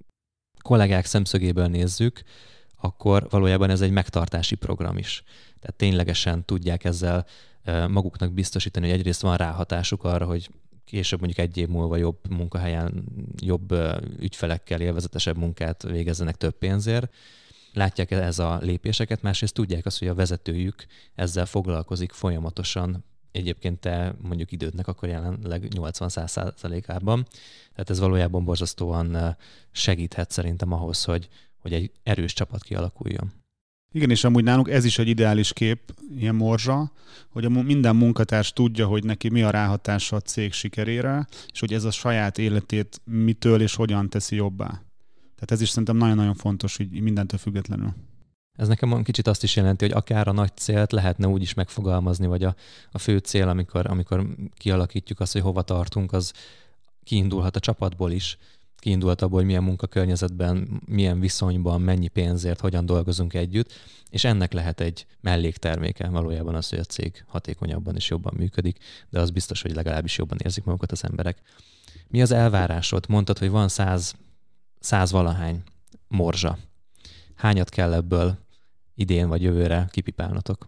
Speaker 2: kollégák szemszögéből nézzük, akkor valójában ez egy megtartási program is. Tehát ténylegesen tudják ezzel maguknak biztosítani, hogy egyrészt van ráhatásuk arra, hogy később mondjuk egy év múlva jobb munkahelyen, jobb ügyfelekkel élvezetesebb munkát végezzenek több pénzért. Látják ez a lépéseket, másrészt tudják azt, hogy a vezetőjük ezzel foglalkozik folyamatosan. Egyébként te mondjuk idődnek akkor jelenleg nyolcvan-száz százalékában. Tehát ez valójában borzasztóan segíthet szerintem ahhoz, hogy, hogy egy erős csapat kialakuljon.
Speaker 1: Igen, és amúgy nálunk ez is egy ideális kép, ilyen morzsa, hogy a minden munkatárs tudja, hogy neki mi a ráhatása a cég sikerére, és hogy ez a saját életét mitől és hogyan teszi jobbá. Tehát ez is szerintem nagyon-nagyon fontos, így mindentől függetlenül.
Speaker 2: Ez nekem kicsit azt is jelenti, hogy akár a nagy célt lehetne úgy is megfogalmazni, vagy a, a fő cél, amikor, amikor kialakítjuk azt, hogy hova tartunk, az kiindulhat a csapatból is. Kiindulhat abból, hogy milyen munkakörnyezetben, milyen viszonyban, mennyi pénzért, hogyan dolgozunk együtt, és ennek lehet egy mellékterméke valójában az, hogy a cég hatékonyabban és jobban működik, de az biztos, hogy legalábbis jobban érzik magukat az emberek. Mi az elvárásod? Mondtad, hogy van száz, száz valahány morzsa. Hányat kell ebből idén vagy jövőre kipipálnotok?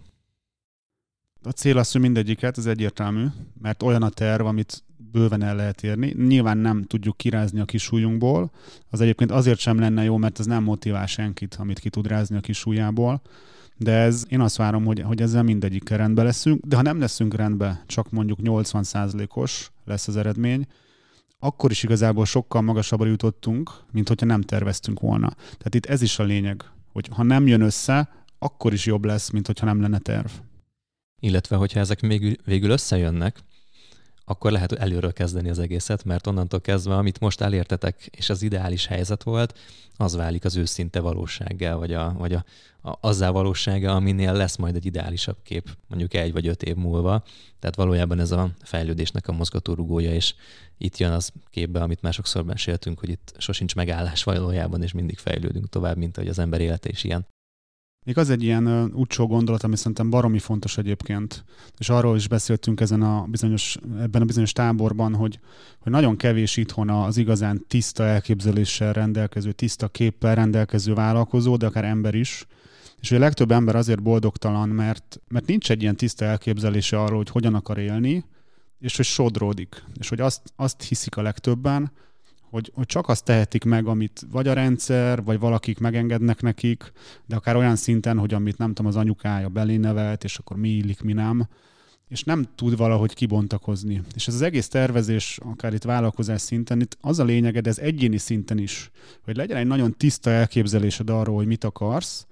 Speaker 1: A cél az, hogy mindegyiket, ez egyértelmű, mert olyan a terv, amit bőven el lehet érni. Nyilván nem tudjuk kirázni a kisujjunkból. Az egyébként azért sem lenne jó, mert ez nem motivál senkit, amit ki tud rázni a kisujjából. De ez, én azt várom, hogy, hogy ezzel mindegyikkel rendben leszünk. De ha nem leszünk rendben, csak mondjuk nyolcvan százalékos lesz az eredmény, akkor is igazából sokkal magasabbra jutottunk, mint hogyha nem terveztünk volna. Tehát itt ez is a lényeg, hogy ha nem jön össze, akkor is jobb lesz, mint hogyha nem lenne terv.
Speaker 2: Illetve, hogyha ezek még végül összejönnek, akkor lehet előről kezdeni az egészet, mert onnantól kezdve, amit most elértetek, és az ideális helyzet volt, az válik az őszinte valósággá, vagy, a, vagy a, a, azzá valósága, aminél lesz majd egy ideálisabb kép, mondjuk egy vagy öt év múlva. Tehát valójában ez a fejlődésnek a mozgatórugója, és itt jön az képbe, amit már sokszor meséltünk, hogy itt sosincs megállás valójában, és mindig fejlődünk tovább, mint ahogy az ember élete is ilyen.
Speaker 1: Még az egy ilyen uh, útsó gondolat, ami szerintem baromi fontos egyébként, és arról is beszéltünk ezen a bizonyos, ebben a bizonyos táborban, hogy, hogy nagyon kevés itthon az igazán tiszta elképzeléssel rendelkező, tiszta képpel rendelkező vállalkozó, de akár ember is. És hogy a legtöbb ember azért boldogtalan, mert, mert nincs egy ilyen tiszta elképzelése arról, hogy hogyan akar élni, és hogy sodródik. És hogy azt, azt hiszik a legtöbben, Hogy, hogy csak azt tehetik meg, amit vagy a rendszer, vagy valakik megengednek nekik, de akár olyan szinten, hogy amit nem tudom, az anyukája belé nevelt, és akkor mi illik, mi nem, és nem tud valahogy kibontakozni. És ez az egész tervezés, akár itt vállalkozás szinten, itt az a lényege, de ez egyéni szinten is, hogy legyen egy nagyon tiszta elképzelésed arról, hogy mit akarsz,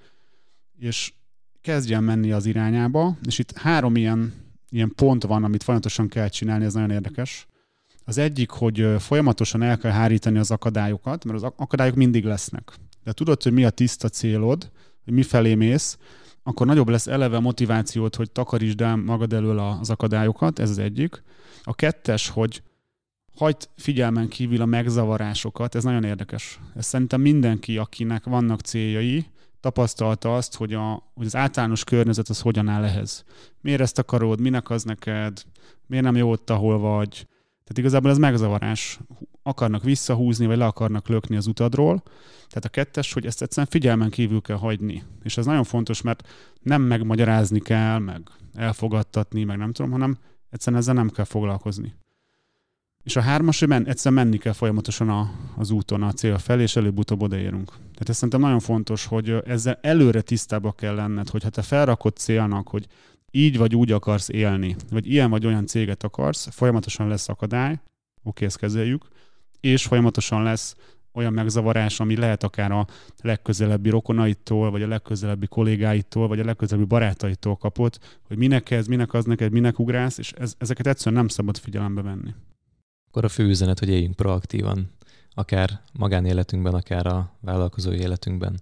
Speaker 1: és kezdjen menni az irányába, és itt három ilyen, ilyen pont van, amit folyamatosan kell csinálni, ez nagyon érdekes. Az egyik, hogy folyamatosan el kell hárítani az akadályokat, mert az akadályok mindig lesznek. De tudod, hogy mi a tiszta célod, hogy mifelé mész, akkor nagyobb lesz eleve motivációd, hogy takarítsd el magad elől az akadályokat, ez az egyik. A kettes, hogy hagyd figyelmen kívül a megzavarásokat, ez nagyon érdekes. Ez szerintem mindenki, akinek vannak céljai, tapasztalta azt, hogy, a, hogy az általános környezet az hogyan áll ehhez. Miért ezt akarod, minek az neked, miért nem jó ott, ahol vagy. Tehát igazából ez megzavarás. Akarnak visszahúzni, vagy le akarnak lökni az utadról. Tehát a kettes, hogy ezt egyszerűen figyelmen kívül kell hagyni. És ez nagyon fontos, mert nem megmagyarázni kell, meg elfogadtatni, meg nem tudom, hanem egyszerűen ezzel nem kell foglalkozni. És a hármas, hogy men, egyszerűen menni kell folyamatosan a, az úton, a cél felé, és előbb-utóbb odaérünk. Tehát ez szerintem nagyon fontos, hogy ezzel előre tisztába kell lenned, hogy ha te felrakod célnak, hogy így vagy úgy akarsz élni, vagy ilyen vagy olyan céget akarsz, folyamatosan lesz akadály, oké, ezt kezeljük, és folyamatosan lesz olyan megzavarás, ami lehet akár a legközelebbi rokonaitól, vagy a legközelebbi kollégáitól, vagy a legközelebbi barátaitól kapod, hogy minek ez, minek az neked, minek ugrálsz, és ez, ezeket egyszerűen nem szabad figyelembe venni.
Speaker 2: Akkor a fő üzenet, hogy éljünk proaktívan, akár magánéletünkben, akár a vállalkozói életünkben.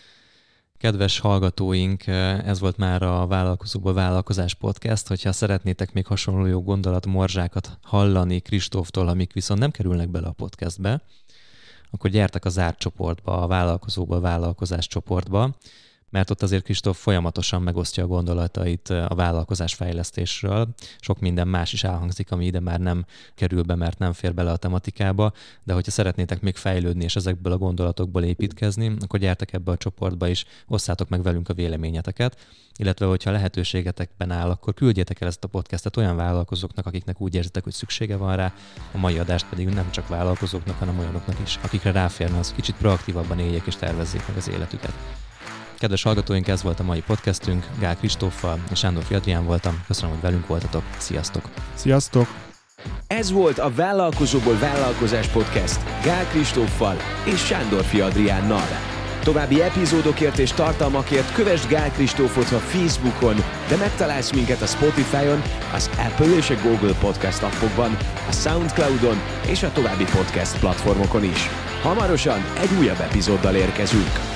Speaker 2: Kedves hallgatóink, ez volt már a Vállalkozóból Vállalkozás podcast. Hogyha szeretnétek még hasonló jó gondolatmorzsákat hallani Kristóftól, amik viszont nem kerülnek bele a podcastbe, akkor gyertek a zárt csoportba, a Vállalkozóból Vállalkozás csoportba, mert ott azért Kristóf folyamatosan megosztja a gondolatait a vállalkozás fejlesztésről. Sok minden más is elhangzik, ami ide már nem kerül be, mert nem fér bele a tematikába, de hogyha szeretnétek még fejlődni és ezekből a gondolatokból építkezni, akkor gyertek ebbe a csoportba is, osszátok meg velünk a véleményeteket, illetve hogyha lehetőségetekben áll, akkor küldjétek el ezt a podcastet olyan vállalkozóknak, akiknek úgy érzitek, hogy szüksége van rá, a mai adást pedig nem csak vállalkozóknak, hanem olyanoknak is, akikre ráférne, az kicsit proaktívabban éljék és tervezzék meg az életüket. Kedves hallgatóink, ez volt a mai podcastünk. Gál Kristóffal és Sándorfi Adrián voltam. Köszönöm, hogy velünk voltatok. Sziasztok!
Speaker 1: Sziasztok!
Speaker 3: Ez volt a Vállalkozóból Vállalkozás podcast Gál Kristóffal és Sándorfi Adriánnal. További epizódokért és tartalmakért kövess Gál Kristófot a Facebookon, de megtalálsz minket a Spotify-on, az Apple és a Google Podcast appokban, a Soundcloudon és a további podcast platformokon is. Hamarosan egy újabb epizóddal érkezünk.